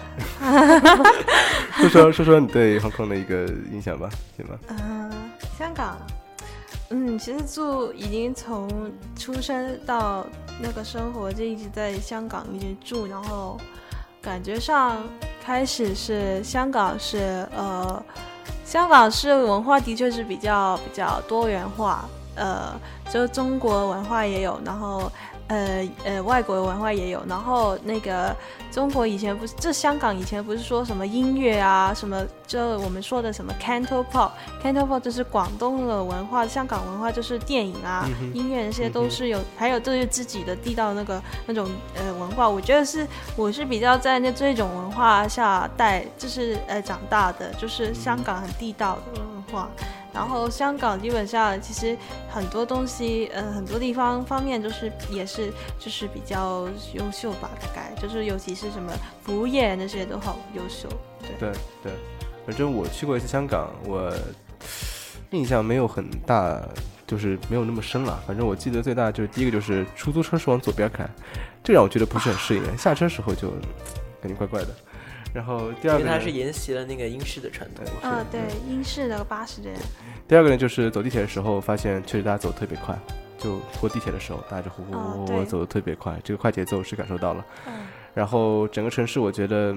说说说说你对 Hong Kong 的一个印象吧，行吗？ 嗯、呃，香港。嗯，其实住已经从出生到那个生活就一直在香港一直住，然后感觉上开始是香港是呃，香港是文化的确是比较比较多元化，呃，就中国文化也有，然后呃呃外国文化也有，然后那个中国以前不是，这香港以前不是说什么音乐啊什么，就我们说的什么 Cantopop，Cantopop 就是广东的文化，香港文化就是电影啊、嗯、音乐那些都是有，嗯、还有就是自己的地道那个那种呃文化，我觉得是我是比较在那这种文化下带，就是呃长大的，就是香港很地道的文化。然后香港基本上其实很多东西，呃，很多地方方面就是也是就是比较优秀吧，大概就是尤其是什么服务业那些都好优秀。 对对对，反正我去过一次香港，我印象没有很大，就是没有那么深了。反正我记得最大就是第一个就是出租车是往左边开，这让我觉得不是很适应，啊、下车时候就感觉怪怪的。然后第二个， 因为它是沿袭了那个英式的传统。 啊、哦，对，英式的巴士这样。 第二个呢，就是走地铁的时候，发现确实大家走得特别快，就过地铁的时候，大家就呼呼呼呼走得特别快，这个快节奏是感受到了。嗯。然后整个城市，我觉得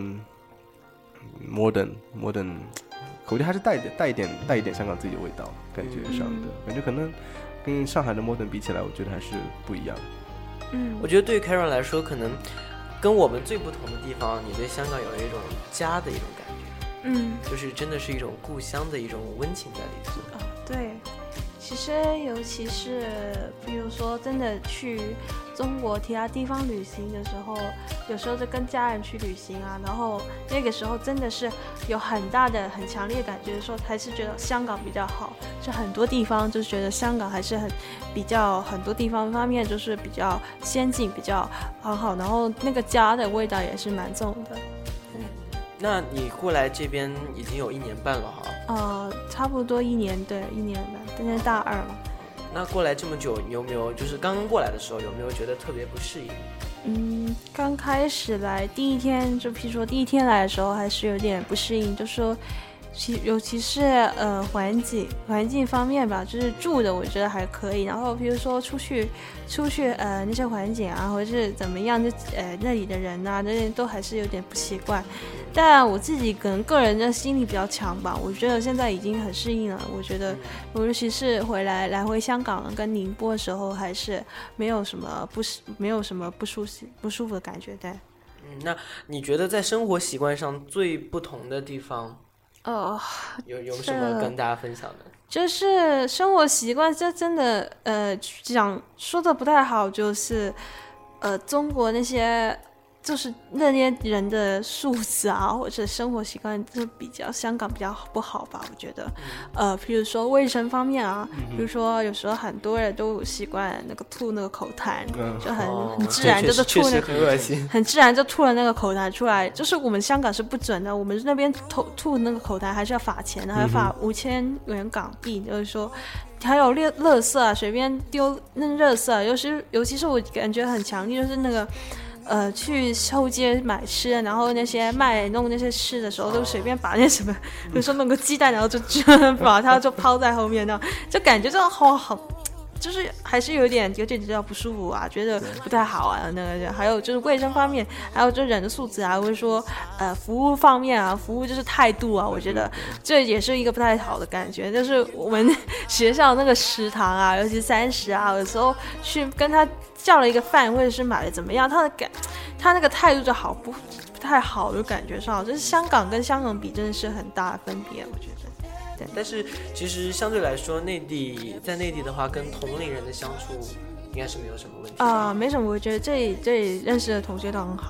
modern modern， 我觉得还是带一点带一点带一点香港自己的味道，感觉上的、嗯、感觉可能跟上海的 modern 比起来，我觉得还是不一样。 嗯，我觉得对于 Karen 来说，可能跟我们最不同的地方，你对香港有一种家的一种感觉。嗯，就是真的是一种故乡的一种温情在里头。 哦，对，其实尤其是比如说真的去中国其他地方旅行的时候，有时候就跟家人去旅行啊，然后那个时候真的是有很大的很强烈的感觉，说还是觉得香港比较好，就很多地方就是觉得香港还是很比较很多地方方面就是比较先进，比较很好，然后那个家的味道也是蛮重的。 那你过来这边已经有一年半了哈？ 呃，差不多一年，对，一年半，今年大二了。 那过来这么久，你有没有就是刚刚过来的时候，有没有觉得特别不适应？ 嗯，刚开始来第一天，就譬如说第一天来的时候，还是有点不适应，就说其尤其是呃环境环境方面吧，就是住的我觉得还可以，然后比如说出去出去呃那些环境啊，或者是怎么样，就呃那里的人啊，那些都还是有点不习惯。但我自己可能个人的心理比较强吧，我觉得现在已经很适应了。我觉得，尤其是回来来回香港跟宁波的时候，还是没有什么不没有什么不舒服不舒服的感觉。对， 嗯，那你觉得在生活习惯上最不同的地方， 哦， 有有什么跟大家分享的？ 就是生活习惯，这真的呃讲说的不太好，就是呃中国那些。就是那些人的素质啊，或者生活习惯，就比较香港比较不好吧，我觉得。呃，比如说卫生方面啊，比如说有时候很多人都习惯那个吐那个口痰，嗯、就很、哦、很自然就是吐那个， 很恶心， 很自然就吐了那个口痰出来。就是我们香港是不准的，我们那边吐吐那个口痰还是要罚钱的，还要罚五千元港币，就是说。还有垃垃圾啊，随便丢那垃圾啊，尤其尤其是我感觉很强烈，就是那个。呃，去后街买吃的，然后那些卖弄那些吃的时候，都随便把那什么，比如说弄个鸡蛋，然后就把它就抛在后面，那就感觉这样好好，就是还是有点有点比较不舒服啊，觉得不太好啊。那个还有就是卫生方面，还有就是人的素质啊，或者说呃服务方面啊，服务就是态度啊，我觉得这也是一个不太好的感觉。就是我们学校那个食堂啊，尤其三十啊，有时候去跟他。叫了一个饭，或者是买了怎么样，他的感，他那个态度就好不不太好，就感觉上，就是香港跟香港比，真的是很大的分别，我觉得。对。 但是其实相对来说，内地在内地的话，跟同龄人的相处应该是没有什么问题啊、呃，没什么，我觉得这里这里认识的同学都很好。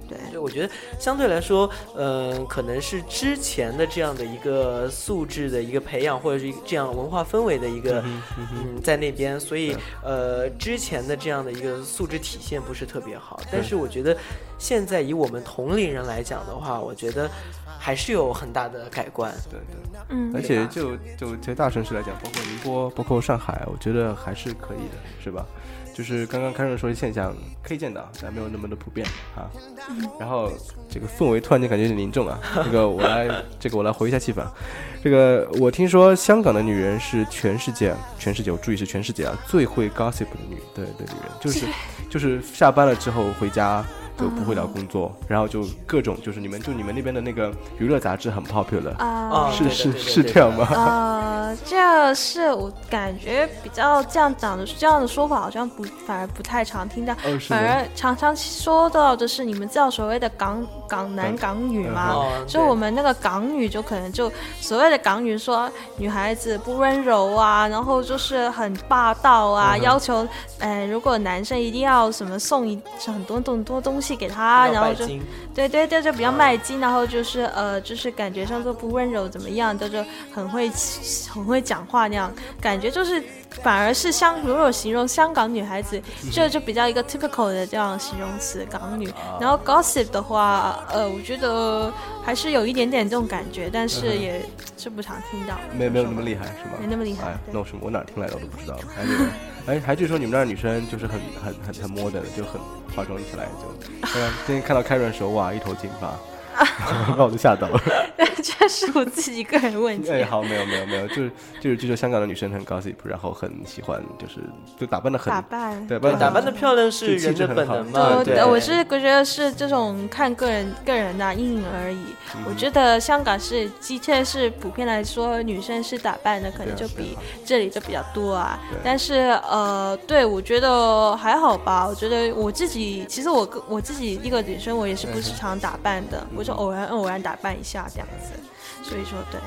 对， 对，我觉得相对来说，嗯、呃，可能是之前的这样的一个素质的一个培养，或者是这样文化氛围的一个，嗯, 嗯，在那边，所以呃，之前的这样的一个素质体现不是特别好。但是我觉得现在以我们同龄人来讲的话，我觉得还是有很大的改观。 对对， 嗯， 而且就就这些大城市来讲，包括宁波，包括上海，我觉得还是可以的，是吧？就是刚刚开始说的现象可以见到，但没有那么的普遍啊。然后这个氛围突然间感觉有点凝重啊。这个我来，这个我来回一下气氛。这个我听说香港的女人是全世界，全世界我注意是全世界啊最会 gossip 的女的的女人，就是就是下班了之后回家就不会聊工作，嗯、然后就各种就是你们就你们那边的那个娱乐杂志很 popular 啊， 是是是这样吗？ 呃，这是我感觉比较这样讲的，这样的说法好像不反而不太常听到， 哦、 反而常常说到的是你们知道所谓的港港男港女吗？ 嗯、 就我们那个港女就可能就所谓的港女说女孩子不温柔啊，然后就是很霸道啊，嗯、要求呃如果男生一定要什么送一很多很多东西给他，然后就对对对，就比较卖金，然后就是呃，就是感觉上都不温柔怎么样，就就很会很会讲话那样，感觉就是反而是香，如果形容香港女孩子，这就比较一个 typical 的这样形容词港女。然后 gossip 的话，呃，我觉得还是有一点点这种感觉，但是也是不常听到。 没没有那么厉害是吗？ 没那么厉害。 哎，那我什么我哪听来的我都不知道。哎，哎，还据说你们那儿女生就是很很很很 modern 的，就很化妆起来就。对啊，今天看到 Karen 的时候，哇，一头金发。把我都吓到了。 这是我自己个人问题。 哎，好，没有没有没有，就是就是据说香港的女生很 gossip， 然后很喜欢就是就打扮的很打扮， 对， 打扮的漂亮是人的本能嘛。 对，我是觉得是这种看个人个人的阴影而已。嗯、我觉得香港是的确是普遍来说，女生是打扮的可能就比这里就比较多啊。但是呃，对我觉得还好吧。我觉得我自己其实我我自己一个女生，我也是不时常打扮的。嗯、我就偶然偶然打扮一下这样子，所以说对。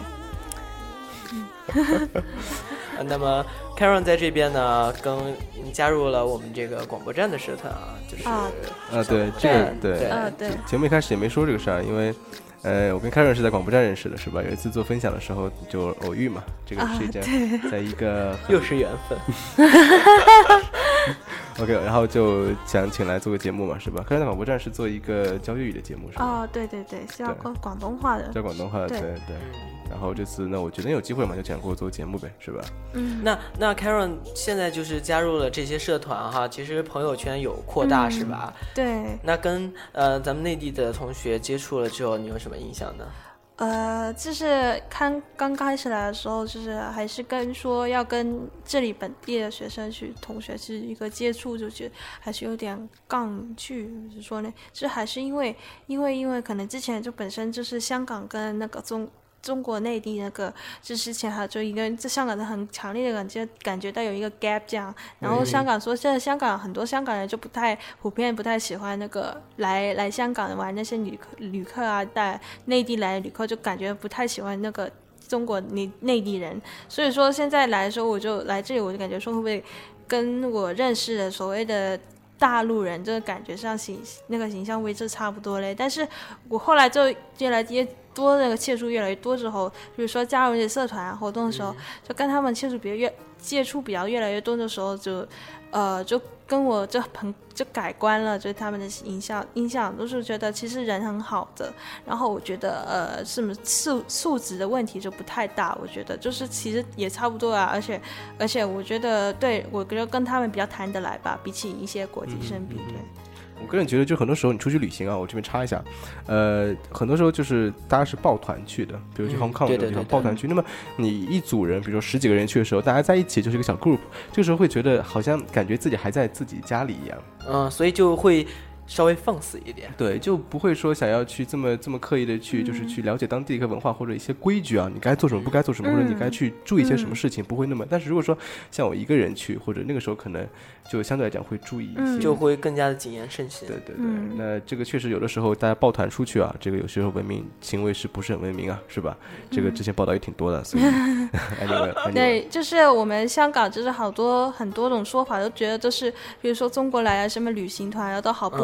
嗯、那么 Karen 在这边呢，跟加入了我们这个广播站的社团啊，就是啊， 呃，对，这个对， 对，呃，对。 节目一开始也没说这个事儿，因为呃，我跟 Karen 是在广播站认识的，是吧？有一次做分享的时候就偶遇嘛，这个是一件， 啊、 在一个又是缘分。 OK， 然后就想请来做个节目嘛，是吧？开在广播站是做一个教粤语的节目，是吧？ 哦，对对对，是要讲广东话的， 教广东话的，对 对, 对。然后这次那我觉得有机会嘛，就想过做节目呗，是吧？ 嗯。 那那 Karen 现在就是加入了这些社团哈，其实朋友圈有扩大、嗯、是吧？ 对。 那跟呃咱们内地的同学接触了之后，你有什么印象呢？ 呃，就是看刚开始来的时候，就是还是跟说要跟这里本地的学生去同学是一个接触，就觉得还是有点抗拒，就是说呢，就还是因为因为因为可能之前就本身就是香港跟那个中。中国内地那个，就之前还就一个，这香港的很强烈的感觉，感觉到有一个 gap 这样。然后香港说，现在香港很多香港人就不太普遍，不太喜欢那个来来香港玩那些旅客旅客啊，带内地来的旅客就感觉不太喜欢那个中国内内地人。所以说现在来的时候，我就来这里，我就感觉说会不会跟我认识的所谓的大陆人这个感觉上形那个形象位置差不多嘞。但是我后来就越来越多那个接触越来越多之后，比如说加入这些社团活动的时候，就跟他们接触比较越接触比较越来越多的时候，就呃就跟我就很就改观了，就他们的印象印象都是觉得其实人很好的，然后我觉得呃什么素素质的问题就不太大，我觉得就是其实也差不多啊，而且而且我觉得对我觉得跟他们比较谈得来吧，比起一些国际生比，对。 我个人觉得，就很多时候你出去旅行啊，我这边插一下，呃，很多时候就是大家是抱团去的，比如去 Hong Kong 这种地方抱团去。那么你一组人，比如说十几个人去的时候，大家在一起就是一个小 group， 这个时候会觉得好像感觉自己还在自己家里一样。 嗯，所以就会稍微放肆一点， 对，就不会说想要去这么这么刻意的去、嗯、就是去了解当地一个文化或者一些规矩啊，你该做什么不该做什么、嗯、或者你该去注意一些什么事情、嗯、不会那么。但是如果说像我一个人去，或者那个时候可能就相对来讲会注意一些、嗯、 就会更加的谨言慎行。 对对对、嗯、那这个确实有的时候大家抱团出去啊，这个有时候文明行为是不是很文明啊，是吧？这个之前报道也挺多的，所以anyway, anyway 对，就是我们香港就是好多很多种说法，都觉得都是比如说中国来的什么旅行团都好不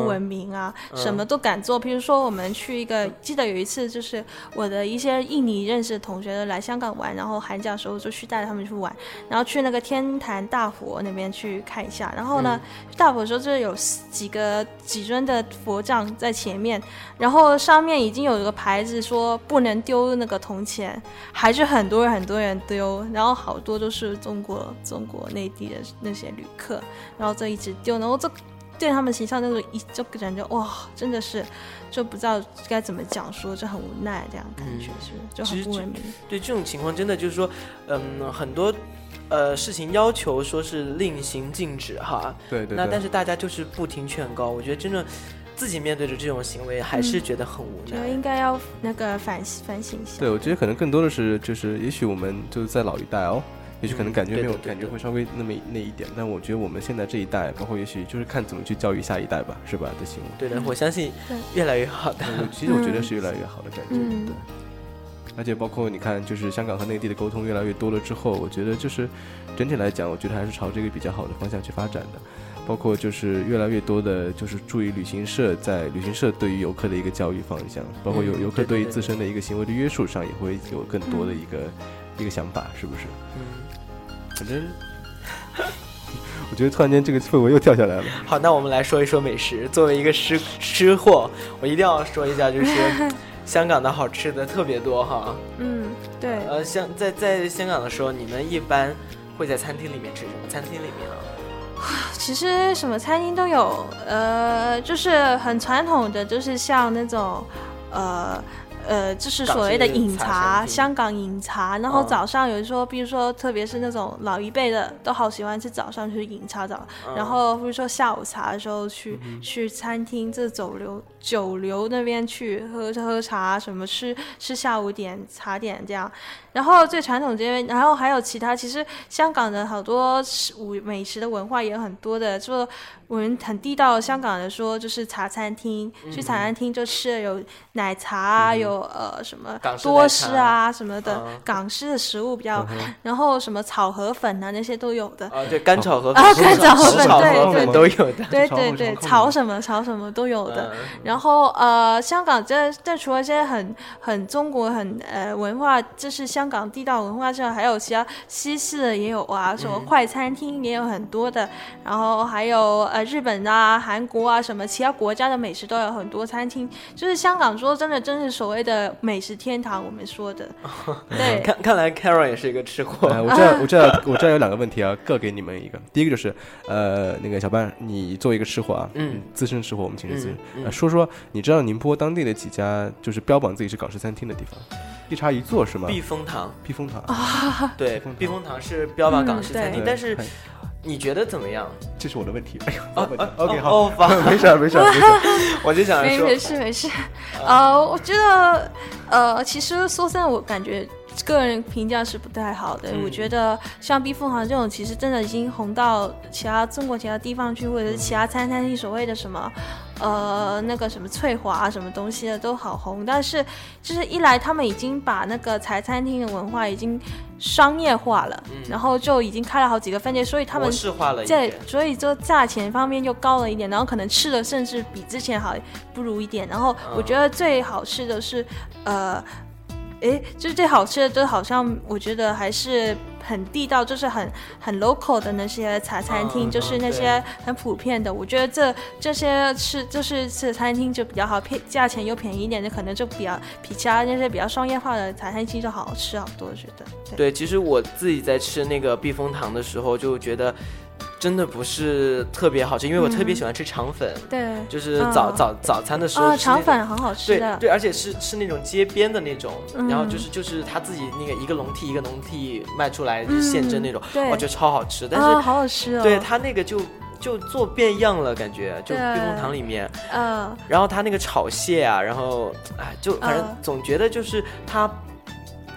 文明啊， 嗯、 什么都敢做。比如说我们去一个，记得有一次就是我的一些印尼认识的同学来香港玩，然后寒假的时候就去带他们去玩，然后去那个天坛大佛那边去看一下。然后呢，嗯、大佛的时候就是有几个几尊的佛像在前面，然后上面已经有一个牌子说不能丢那个铜钱，还是很多人很多人丢，然后好多都是中国中国内地的那些旅客，然后就一直丢，然后这对他们形象那种一就感觉哇，真的是就不知道该怎么讲说，就很无奈这样感觉，是、嗯、就很不文明。 对这种情况，真的就是说，嗯，很多呃事情要求说是令行禁止哈， 对 对, 对。 那但是大家就是不听劝告，我觉得真的自己面对着这种行为，还是觉得很无奈。 觉得、嗯、应该要那个反反省一下。 对，我觉得可能更多的是就是，也许我们就是在老一代哦。也许可能感觉没有、嗯、感觉会稍微那么那一点，但我觉得我们现在这一代，包括也许就是看怎么去教育下一代吧，是吧？的行为。 对的，我相信越来越好的。 其实我觉得是越来越好的感觉。 嗯、 对。而且包括你看，就是香港和内地的沟通越来越多了之后，我觉得就是整体来讲，我觉得还是朝这个比较好的方向去发展的。包括就是越来越多的，就是注意旅行社在旅行社对于游客的一个教育方向，包括有游客对于自身的一个行为的约束上，也会有更多的一个、嗯、一个想法，是不是？ 嗯。 反正，我觉得突然间这个氛围又跳下来了。 好，那我们来说一说美食。作为一个吃吃货，我一定要说一下，就是香港的好吃的特别多哈。 嗯，对。 呃，像在在香港的时候，你们一般会在餐厅里面吃什么？餐厅里面啊？ 其实什么餐厅都有，呃，就是很传统的，就是像那种，呃。呃，就是所谓的饮茶，香港饮茶。然后早上有时候，比如说，特别是那种老一辈的，都好喜欢吃早上去饮茶早。嗯、然后比如说下午茶的时候去、嗯、去餐厅，这酒楼酒楼那边去喝喝茶，什么吃吃下午点茶点这样。然后最传统这边，然后还有其他，其实香港的好多美食的文化也很多的，就我们很地道的香港人说，就是茶餐厅，嗯、去茶餐厅就吃了有奶茶啊，嗯、有呃什么多士啊什么的，嗯、港式的食物比较，嗯、然后什么炒河粉啊那些都有的。 啊，对，干炒河粉啊，干炒河粉，对对都有的。 对对对，炒什么炒什么都有的。嗯、然后呃，香港这这除了这些很很中国很呃文化，这是香港地道文化之外，还有其他西式的也有啊，什么快餐厅也有很多的，然后还有呃日本啊、韩国啊什么其他国家的美食都有很多餐厅，就是香港说真的，真是所谓的美食天堂，我们说的。对， 看看来 Karen 也是一个吃货。 呃、我这儿我这儿我这儿有两个问题啊，各给你们一个。第一个就是呃那个小班，你作为一个吃货啊，嗯，资深吃货，我们请这资深、嗯嗯呃、说说你知道宁波当地的几家就是标榜自己是港式餐厅的地方？一茶一座是吗？ 避风塘， 避风塘啊， 对，避风塘是标榜港式餐厅，嗯、但是你觉得怎么样？ 这是我的问题。哎呦， 哦哦 ，OK， 好， 哦， 没事没事没事， 我就想说， 没事没事。呃，我觉得，呃，其实说真的，我感觉个人评价是不太好的。嗯、我觉得像避风塘这种，其实真的已经红到其他中国其他地方去，或者是其他餐厅所谓的什么。呃，那个什么翠华什么东西的都好红，但是就是一来他们已经把那个茶餐厅的文化已经商业化了，嗯、然后就已经开了好几个分店，所以他们模式化了一点，所以就价钱方面就高了一点，然后可能吃的甚至比之前好不如一点。然后我觉得最好吃的是，嗯、呃。诶，就是最好吃的，就好像我觉得还是很地道，就是很很 local 的那些茶餐厅，嗯、就是那些很普遍的。我觉得这这些吃就是吃餐厅就比较好，便价钱又便宜一点的，可能就比较比其他那些比较商业化的茶餐厅就好吃好多。我觉得 对, 对，其实我自己在吃那个避风塘的时候，就觉得。真的不是特别好吃，因为我特别喜欢吃肠粉， 嗯、对， 就是早、嗯、早早餐的时候啊，肠粉很好吃的， 对对，而且是吃那种街边的那种， 嗯、 然后就是就是他自己那个一个笼屉一个笼屉卖出来，就是现蒸那种， 对， 我觉得超好吃，但是、 啊、好好吃哦， 对他那个就就做变样了，感觉就避风塘里面， 嗯， 然后他那个炒蟹啊，然后哎，就反正总觉得就是他。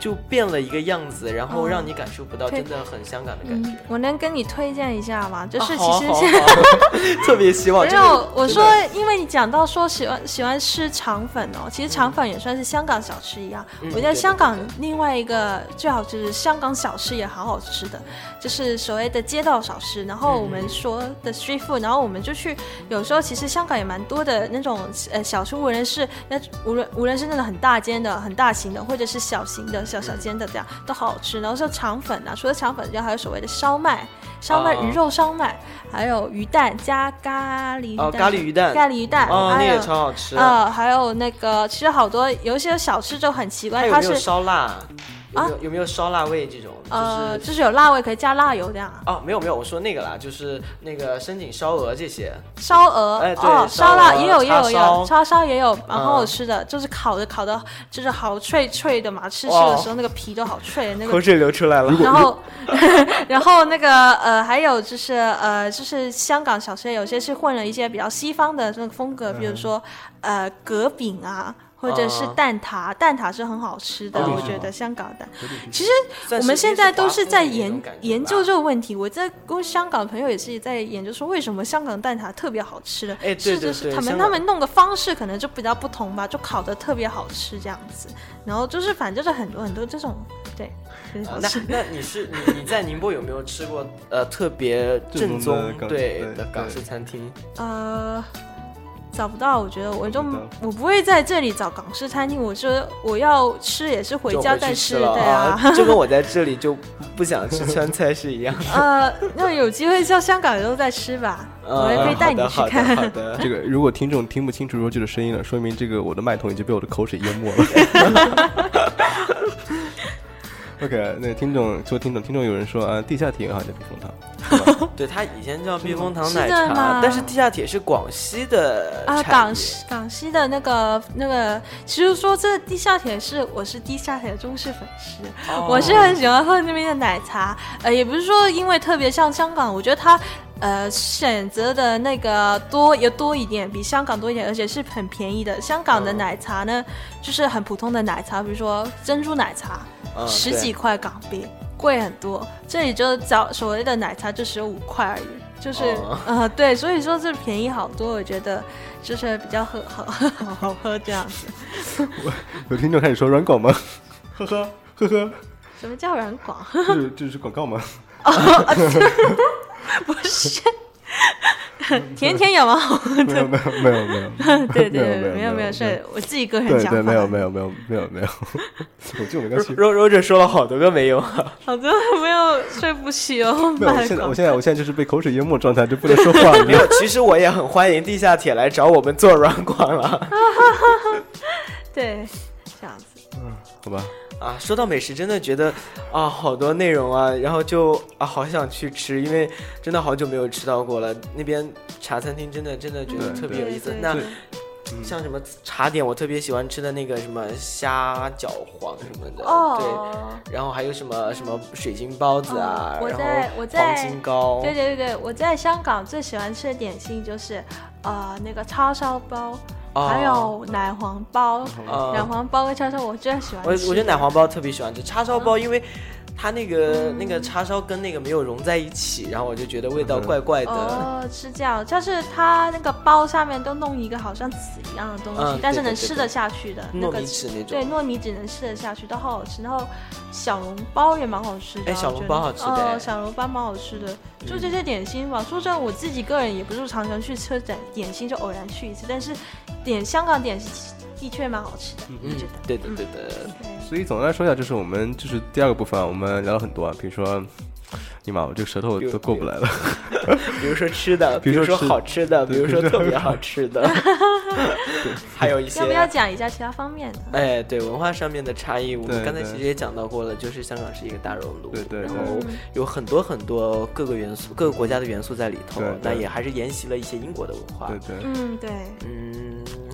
就变了一个样子，然后让你感受不到真的很香港的感觉。 嗯、我能跟你推荐一下吗？就是其实、 啊、特别希望。 没有，我说，因为你讲到说喜欢喜欢吃肠粉哦，其实肠粉也算是香港小吃一样。嗯、我觉得香港另外一个最好就是香港小吃也好好吃的，就是所谓的街道小吃。然后我们说的 street food，、嗯、然后我们就去，有时候其实香港也蛮多的那种呃小吃，无论是那无论无论是那种很大间的、很大型的，或者是小型的、小小间的，这样都好好吃。然后说肠粉啊，除了肠粉之外，还有所谓的烧麦。烧麦、鱼肉烧麦，还有鱼蛋加咖喱鱼蛋， 哦，咖喱鱼蛋， 咖喱鱼蛋， 哦，那也超好吃。 呃，还有那个，其实好多有一些小吃就很奇怪， 它是有没有烧腊？有没有、啊、有没有烧腊味这种？就是、 呃，就是有辣味，可以加辣油这样。 哦，没有没有，我说那个啦，就是那个深井烧鹅这些。 烧鹅， 哎，对， 哦，烧腊也有也有有， 叉烧也有，蛮好吃的，嗯、就是烤的烤的，就是好脆脆的嘛，吃吃的时候那个皮都好脆，那个口水流出来了。 然后，然后那个呃，还有就是呃，就是香港小吃有些是混了一些比较西方的那个风格，比如说呃蛤饼啊。或者是蛋挞，蛋挞是很好吃的，我觉得香港蛋。其实我们现在都是在研研究这个问题。我在跟香港朋友也是在研究说，为什么香港蛋挞特别好吃的？ 哎，对对对， 他们他们弄的方式可能就比较不同吧，就烤的特别好吃这样子。然后就是反正就是很多很多这种对。 啊、那那你是你你在宁波有没有吃过呃特别正宗对的港式餐厅？ 呃。找不到，我觉得我就我不会在这里找港式餐厅，我说我要吃也是回家再吃，对啊， 就跟我在这里就不想吃川菜是一样的。 呃，那有机会叫香港人都在吃吧，呃、我也可以带你去看。 好的，好的。 这个如果听众听不清楚 Roger 的声音了，说明这个我的麦筒已经被我的口水淹没了。OK， 那听众说听众听众有人说啊，地下铁好像叫避风塘， 对，它以前叫避风塘奶茶，但是地下铁是广西的啊，港西港西的那个那个，其实说这地下铁是我是地下铁的忠实粉丝，哦、我是很喜欢喝那边的奶茶，呃，也不是说因为特别像香港，我觉得它。呃，选择的那个多也多一点，比香港多一点，而且是很便宜的。香港的奶茶呢，嗯、就是很普通的奶茶，比如说珍珠奶茶，嗯、十几块港币，贵很多。这里就找所谓的奶茶就只有五块而已，就是、哦、呃对，所以说这便宜好多，我觉得就是比较喝好好好喝这样子。 有听众开始说软广吗？呵呵呵呵。 什么叫软广？ 这是这是广告吗？ 哦不是，甜甜有吗？ 没有没有没有没有， 对对对，没有没有，是我自己个人想法。 对对，没有没有没有没有没有，我就没关系。 Roger Roger 说了好多个没有， 好多没有，对不起哦。 没有，我现在我现在我现在就是被口水淹没状态，就不能说话了。 没有，其实我也很欢迎地下铁来找我们做软广了。 对，这样子。 嗯，好吧。 啊，说到美食，真的觉得啊，好多内容啊，然后就啊，好想去吃，因为真的好久没有吃到过了。那边茶餐厅真的真的觉得特别有意思。那像什么茶点，我特别喜欢吃的那个什么虾饺黄什么的， 哦、 对，然后还有什么什么水晶包子啊， 哦、我在我在黄金糕， 对对对对，我在香港最喜欢吃的点心就是呃那个叉烧包。Oh. 还有奶黄包， uh. 奶黄包跟叉烧我最喜欢吃。 我我觉得奶黄包特别喜欢吃，叉烧包因为它那个、嗯、那个叉烧跟那个没有融在一起，然后我就觉得味道怪怪的。 哦，是这样，就是它那个包上面都弄一个好像籽一样的东西，嗯、但是能吃得下去的， 糯米纸那种。 对，糯米纸能吃得下去，都好好吃。然后小笼包也蛮好吃的， 哎，小笼包好吃的， 哦，小笼包蛮好吃的。就这些点心吧，说真的，我自己个人也不是常常去吃点点心，就偶然去一次，但是。点香港点心的确蛮好吃的， 嗯，觉得对的对的。 所以总的来说一下，就是我们就是第二个部分，我们聊了很多啊，比如说，你妈，我这个舌头都过不来了。 比如说吃的，比如说好吃的，比如说特别好吃的，还有一些。 要不要讲一下其他方面的？ 哎，对，文化上面的差异，我们刚才其实也讲到过了，就是香港是一个大熔炉， 对对， 然后有很多很多各个元素、各个国家的元素在里头，那也还是沿袭了一些英国的文化。 对对， 嗯对， 嗯。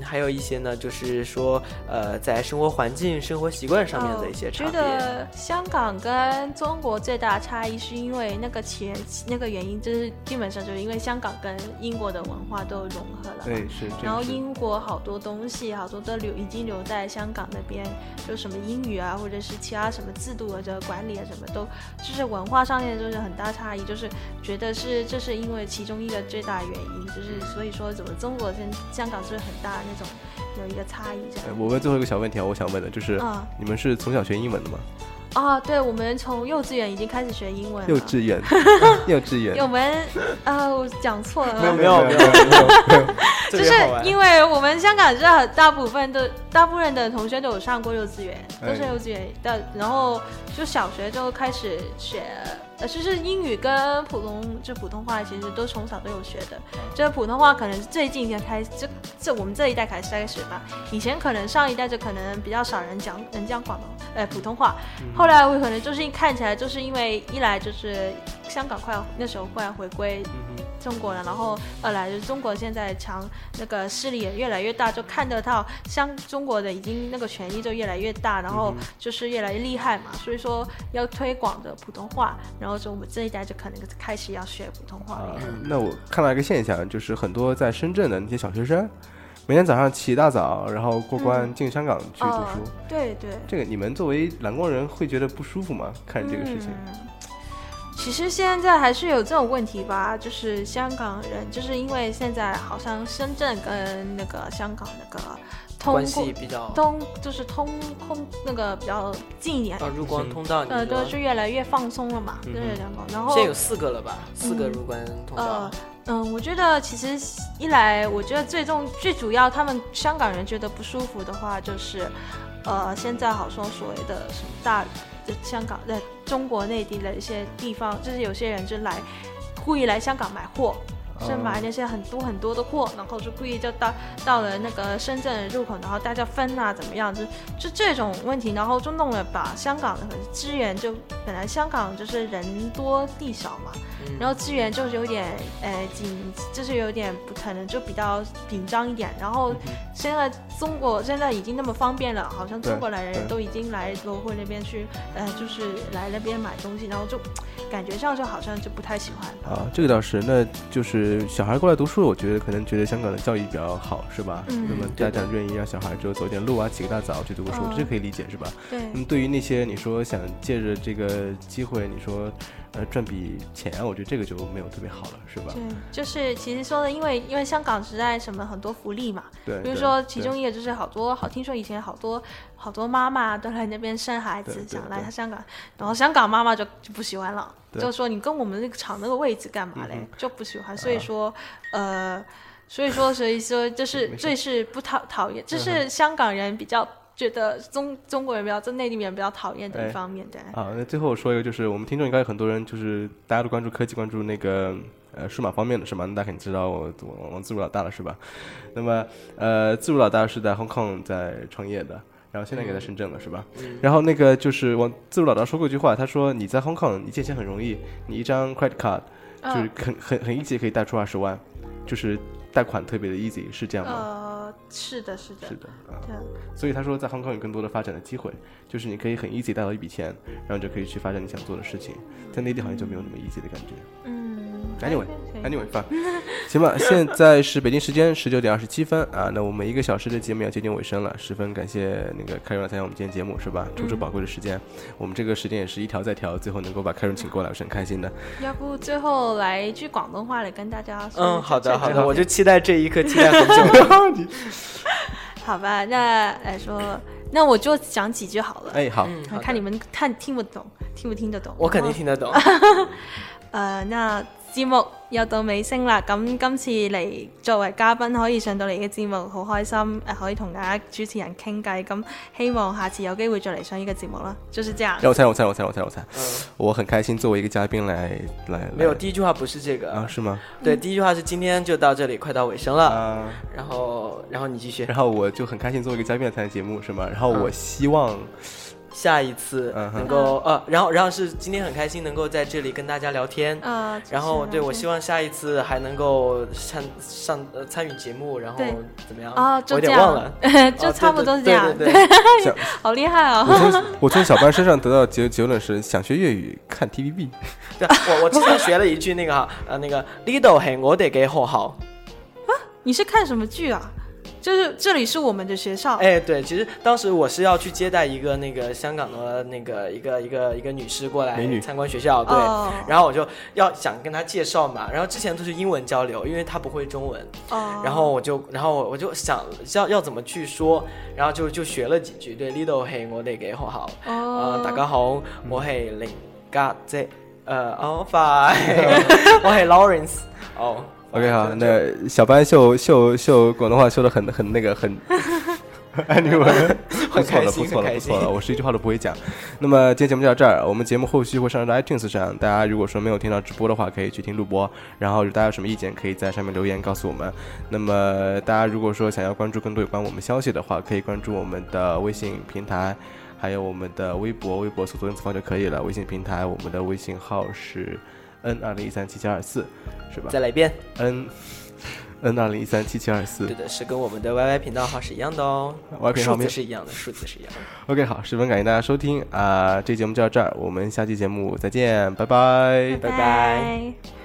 还有一些呢，就是说，呃，在生活环境、生活习惯上面的一些差别。 我觉得香港跟中国最大的差异是因为那个前那个原因，就是基本上就是因为香港跟英国的文化都融合了， 对，是。 然后英国好多东西，好多都留已经留在香港那边，就什么英语啊，或者是其他什么制度啊、这个管理啊，什么都就是文化上面就是很大差异，就是觉得是这是因为其中一个最大的原因，就是所以说怎么中国跟香港是很大的那种有一个差异这样。 我问最后一个小问题啊，我想问的就是，嗯、你们是从小学英文的吗？ 啊，对，我们从幼稚园已经开始学英文了。 幼稚园，幼稚园。 我们呃，我讲错了。 没有没有没有没有， 就是因为我们香港是很大部分的大部分的同学都有上过幼稚园，都是幼稚园的，然后就小学就开始学。呃，就是英语跟普通就普通话，其实都从小都有学的。这普通话可能是最近才开始，这这我们这一代开始开始吧。以前可能上一代就可能比较少人讲人讲广东呃普通话，后来我可能就是看起来就是因为一来就是香港快要那时候快要回归中国了，然后二来就是中国现在强那个势力也越来越大，就看得到像中国的已经那个权力就越来越大，然后就是越来越厉害嘛，所以说要推广的普通话。然后就我们这一代就可能开始要学普通话了、啊。 那我看到一个现象，就是很多在深圳的那些小学生，每天早上起一大早，然后过关进香港去读书。 嗯哦、对对。 这个你们作为蓝光人会觉得不舒服吗？看这个事情。 嗯、其实现在还是有这种问题吧，就是香港人，就是因为现在好像深圳跟那个香港那个。 关系比较通就是通通那个比较近一点， 啊，入关通道， 呃，对，就越来越放松了嘛，对、嗯，两个，然后现在有四个了吧，四个入关通道。呃嗯，我觉得其实一来，我觉得最重最主要，他们香港人觉得不舒服的话，就是呃，现在好说所谓的什么大香港在中国内地的一些地方，就是有些人就来故意来香港买货。是买那些很多很多的货，然后就故意就到到了那个深圳入口，然后大家分啊怎么样，就就这种问题，然后就弄了把香港的资源就本来香港就是人多地少嘛，嗯、然后资源就是有点呃紧，就是有点不可能就比较紧张一点，然后现在中国现在已经那么方便了，好像中国来的人都已经来罗汇那边去，呃就是来那边买东西，然后就感觉上就好像就不太喜欢啊，这个倒是，那就是小孩过来读书，我觉得可能觉得香港的教育比较好，是吧？嗯、那么家长愿意让小孩就走点路啊，起个大早去读个书，这可以理解，是吧？ 对。 那么对于那些你说想借着这个机会，你说呃赚笔钱啊，我觉得这个就没有特别好了，是吧？ 对，就是其实说的，因为因为香港实在什么很多福利嘛， 对， 比如说其中一个就是好多好，听说以前好多好多妈妈都来那边生孩子，想来香港，然后香港妈妈就就不喜欢了。就说你跟我们那个抢那个位置干嘛嘞、嗯？就不喜欢，所以说，啊、呃，所以说，所以说，就是最是不讨讨厌，这是香港人比较觉得中中国人比较，这内地人比较讨厌的一方面。对。 好，那最后说一个，就是我们听众应该有很多人，就是大家都关注科技，关注那个呃数码方面的是吗？那大家肯定知道我我我自如老大了是吧？那么呃，自如老大是在 Hong Kong 在创业的。然后现在也在深圳了，是吧？嗯、然后那个就是我自如老大说过一句话，他说你在 Hong Kong 你借钱很容易，你一张 credit card 就是很、哦、很很 easy 可以贷出二十万，就是贷款特别的 easy， 是这样吗？ 呃，是的，是的， 是的，啊，对。所以他说在 Hong Kong 有更多的发展的机会，就是你可以很 easy 贷到一笔钱，然后就可以去发展你想做的事情，在内地好像就没有那么 easy 的感觉。 嗯。 Anyway, anyway, 放，行吧。现在是北京时间十九点二十七分啊，那我们一个小时的节目要接近尾声了，十分感谢那个凯润来参加我们今天节目，是吧？抽出宝贵的时间，嗯、我们这个时间也是一调再调，最后能够把凯润请过来，我是很开心的。 要不最后来一句广东话来跟大家说？ 嗯，好的，好的，我就期待这一刻，期待很久了。 好吧，那来说，那我就讲几句好了。 哎，好， 嗯、看你们看听不懂，聽不聽得懂？ 我肯定聽得懂。 呃，那節目又到尾聲啦，咁今次嚟作為嘉賓可以上到嚟嘅節目，好開心，誒可以同大家主持人傾偈，咁希望下次有機會再嚟上呢個節目啦，就是這樣。 讓我猜，我猜，我猜，我猜，我猜，嗯、我很開心作為一個嘉賓來來。 沒有，第一句話不是這個啊？是嗎？ 對，第一句話是今天就到這裡，快到尾聲了。啊、然後，然後你繼續。 然後我就很開心作為一個嘉賓來參加節目，是嗎？然後我希望。嗯下一次能够、嗯、呃，然后然后是今天很开心能够在这里跟大家聊天， 呃， 然后对我希望下一次还能够参上呃参与节目，然后怎么样？ 哦，就我有点忘了， 就差不多是这样， 哦、对对对对好厉害哦！ 我从我从小班身上得到结结论是，想学粤语看 T V B。 对，我我之前学了一句那个哈呃那个呢度係我哋嘅學校啊，你是看什麼劇啊？就是这里是我们的学校。 哎，对，其实当时我是要去接待一个那个香港的那个一个一个一个女士过来参观学校，对、哦，然后我就要想跟她介绍嘛，然后之前都是英文交流，因为她不会中文，哦，然后我就然后我就想要要怎么去说，然后就就学了几句，对，呢度係我哋嘅學校，哦、呃，大家好，我係凌家姐，呃，哦，快，我係 Lawrence， 哦。 OK 好，那小班秀秀秀广东话秀的很很那个很，anyway， 不错了不错了不错了，我是一句话都不会讲。那么今天节目就到这儿，我们节目后续会上到 iTunes 上，大家如果说没有听到直播的话，可以去听录播。然后大家有什么意见，可以在上面留言告诉我们。那么大家如果说想要关注更多有关我们消息的话，可以关注我们的微信平台，还有我们的微博，微博搜索“N 次方”就可以了。微信平台我们的微信号是 N 二零一三七七二四。是吧？ 再来一遍 ，n n 二零一三七七二四， 对的，是跟我们的 Y Y 频道号是一样的哦 ，Y 频道数字是一样的，数字是一样的。 OK， 好，十分感谢大家收听啊、呃，这节目就到这儿，我们下期节目再见，拜拜， 拜拜。